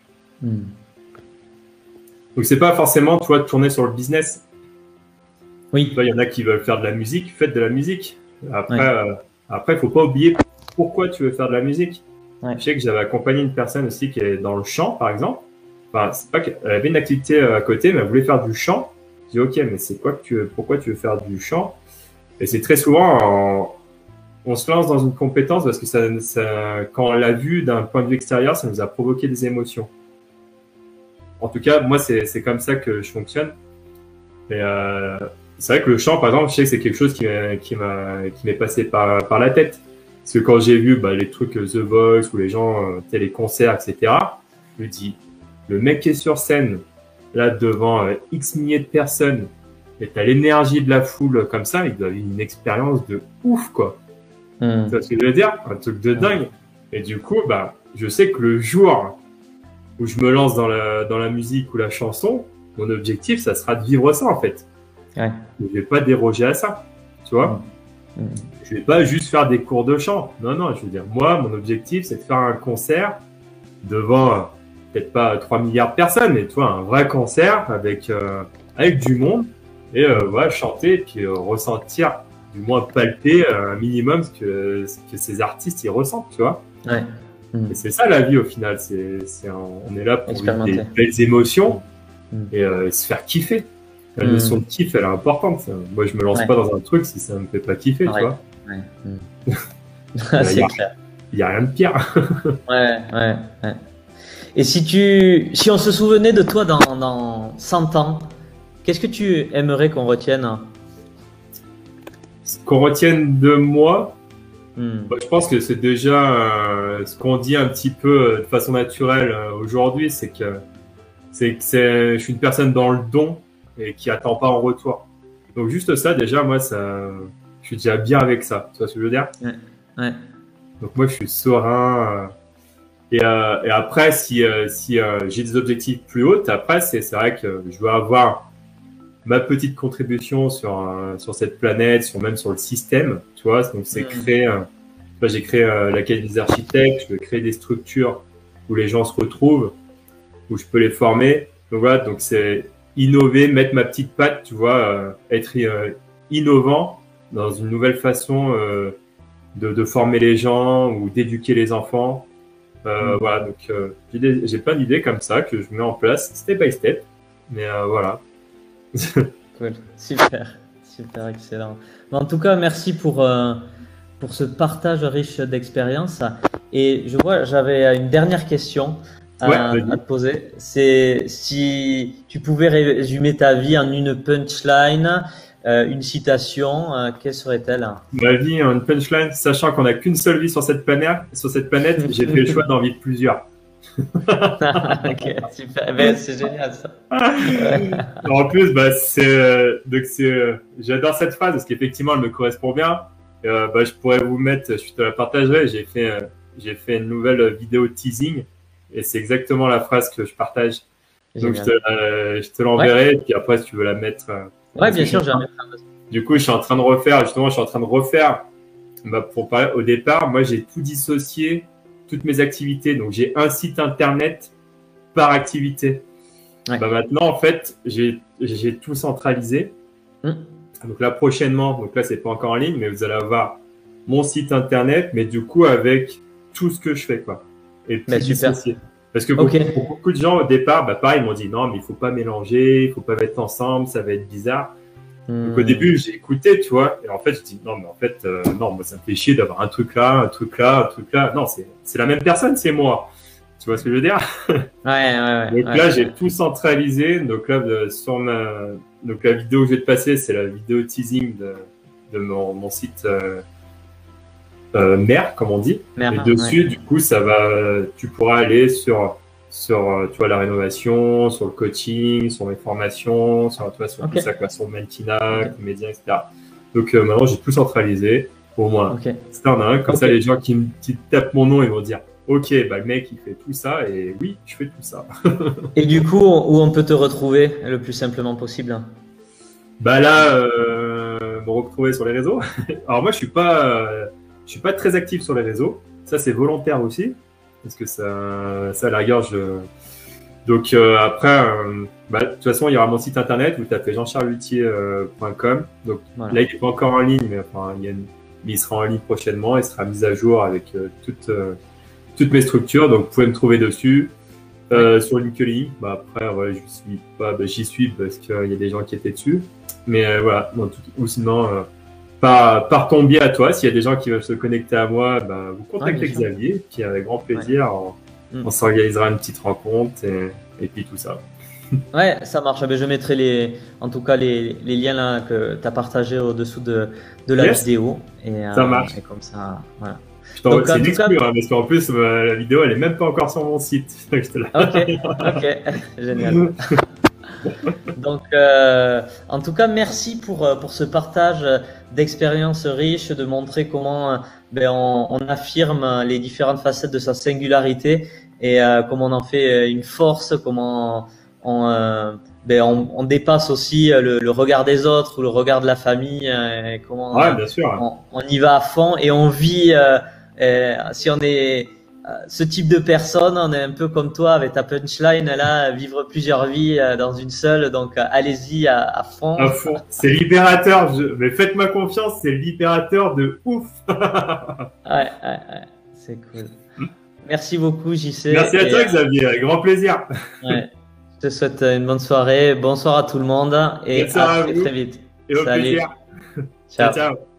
Donc, c'est pas forcément, tu vois, de tourner sur le business. Oui. Tu vois, il y en a qui veulent faire de la musique, faites de la musique. Après, faut pas oublier pourquoi tu veux faire de la musique. Ouais. Je sais que j'avais accompagné une personne aussi qui est dans le chant, par exemple. Enfin, c'est pas qu'elle avait une activité à côté, mais elle voulait faire du chant. Je dis, ok, mais pourquoi tu veux faire du chant? Et c'est très souvent, on se lance dans une compétence parce que quand on l'a vu d'un point de vue extérieur, ça nous a provoqué des émotions. En tout cas, moi, c'est comme ça que je fonctionne. Et c'est vrai que le chant, par exemple, je sais que c'est quelque chose qui m'est passé par la tête. Parce que quand j'ai vu les trucs The Voice ou les gens, les concerts, etc., je me dis, le mec qui est sur scène, là, devant X milliers de personnes, et t'as l'énergie de la foule comme ça, il doit avoir une expérience de ouf, quoi. Tu vois ce que je veux dire? Un truc de dingue. Et du coup, je sais que le jour où je me lance dans la musique ou la chanson, mon objectif, ça sera de vivre ça, en fait. Ouais. Je vais pas déroger à ça, tu vois. Je vais pas juste faire des cours de chant. Non, je veux dire, moi, mon objectif, c'est de faire un concert devant peut-être pas 3 milliards de personnes, mais tu vois, un vrai concert avec du monde et voilà, chanter et puis ressentir, du moins palper un minimum ce que ces artistes ils ressentent, tu vois. Ouais. Et c'est ça la vie au final, on est là pour vivre des belles émotions et se faire kiffer. La notion de kiff, elle est importante. Moi, je me lance pas dans un truc si ça me fait pas kiffer, tu vois. C'est clair. Il y a rien de pire. Ouais. Et si on se souvenait de toi dans 100 ans, qu'est-ce que tu aimerais qu'on retienne? Ce qu'on retienne de moi, je pense que c'est déjà ce qu'on dit un petit peu de façon naturelle aujourd'hui, c'est que je suis une personne dans le don et qui attend pas en retour. Donc juste ça, déjà, moi, je suis déjà bien avec ça. Tu vois ce que je veux dire? Ouais. Donc moi, je suis serein. Et après, si j'ai des objectifs plus hauts, après, c'est vrai que je veux avoir ma petite contribution sur cette planète, même sur le système, tu vois. Donc c'est j'ai créé l'Académie des architectes, je veux créer des structures où les gens se retrouvent, où je peux les former. Donc voilà, donc c'est innover, mettre ma petite patte, tu vois, être innovant dans une nouvelle façon de former les gens ou d'éduquer les enfants. Voilà, donc j'ai plein d'idées comme ça que je mets en place step by step. Mais voilà. Cool, super, excellent. En tout cas, merci pour ce partage riche d'expérience. Et je vois, j'avais une dernière question à te poser. C'est si tu pouvais résumer ta vie en une punchline, une citation, quelle serait-elle? Ma vie en une punchline, sachant qu'on n'a qu'une seule vie sur cette planète, j'ai fait le choix d'en vivre plusieurs. Ok, super. Ben, c'est génial ça. En plus, j'adore cette phrase parce qu'effectivement, elle me correspond bien. Je pourrais vous mettre, je te la partagerai. J'ai fait une nouvelle vidéo teasing et c'est exactement la phrase que je partage. Donc je te l'enverrai et puis après, si tu veux la mettre. Ouais, bien sûr, j'aimerais. Du coup, je suis en train de refaire. Pour parler au départ, moi, j'ai tout dissocié, toutes mes activités. Donc, j'ai un site internet par activité. Ouais. Bah maintenant, en fait, j'ai tout centralisé. Mm. Donc là, prochainement, donc là, c'est pas encore en ligne, mais vous allez avoir mon site internet, mais du coup, avec tout ce que je fais, quoi. Et Bah, tout super. dissocié. Parce que Ok. pour beaucoup de gens, au départ, bah, pareil, ils m'ont dit non, mais il faut pas mélanger, il faut pas mettre ensemble, ça va être bizarre. Donc au début, j'ai écouté, tu vois, et en fait, je dis non, mais en fait, non, moi, ça me fait chier d'avoir un truc là, un truc là, un truc là. Non, c'est la même personne, c'est moi. Tu vois ce que je veux dire? Ouais. Donc là, j'ai tout centralisé. Donc là, donc la vidéo que je vais te passer, c'est la vidéo teasing de mon site mère, comme on dit. Mère, Et dessus, ouais. du coup, tu pourras aller sur tu vois, la rénovation, sur le coaching, sur mes formations, sur, tu vois, sur Ok. tout ça, quoi, sur Mentinac, Média, etc. Donc maintenant, j'ai tout centralisé. Au moins, Ok. c'est un à un. Comme Ok. ça, les gens qui tapent mon nom, ils vont dire ok, bah, le mec, il fait tout ça. Et oui, je fais tout ça. Et du coup, où on peut te retrouver le plus simplement possible? Bah là, me retrouver sur les réseaux. Alors moi, je suis pas très actif sur les réseaux. Ça, c'est volontaire aussi, parce que ça à la rigueur, Donc après, bah, de toute façon, il y aura mon site internet. Vous tapez jeancharlesluthier.com. Donc Voilà. là, il n'est pas encore en ligne, mais enfin, il sera en ligne prochainement. Il sera mis à jour avec toutes mes structures. Donc vous pouvez me trouver dessus. Sur LinkedIn, bah après, ouais, j'y suis parce qu'il y a des gens qui étaient dessus. Mais voilà, ou sinon, par ton biais à toi, s'il y a des gens qui veulent se connecter à moi, bah, vous contactez bien sûr. Xavier, puis avec grand plaisir, on s'organisera une petite rencontre et puis tout ça. Ouais, ça marche. Je mettrai en tout cas les liens là que tu as partagés au-dessous de la Yes. vidéo. Et, Ça marche. Et comme ça, voilà. Donc, c'est en tout exclu, cas, hein, parce qu'en plus, la vidéo, elle est même pas encore sur mon site. ok, génial. Donc, en tout cas, merci pour ce partage d'expériences riches, de montrer comment on affirme les différentes facettes de sa singularité et comment on en fait une force, comment on dépasse aussi le regard des autres ou le regard de la famille, et comment Ouais, bien sûr. on y va à fond et on vit. Si on est ce type de personne, on est un peu comme toi avec ta punchline là, vivre plusieurs vies dans une seule. Donc allez-y à fond. À fond. C'est libérateur. Mais faites-moi confiance, c'est libérateur de ouf. Ouais, c'est cool. Merci beaucoup, JC. Merci à toi, Xavier. Avec grand plaisir. Ouais. Je te souhaite une bonne soirée. Bonsoir à tout le monde et Bonsoir à à très vous. très vite. Et au Salut. plaisir. Ciao. Ciao.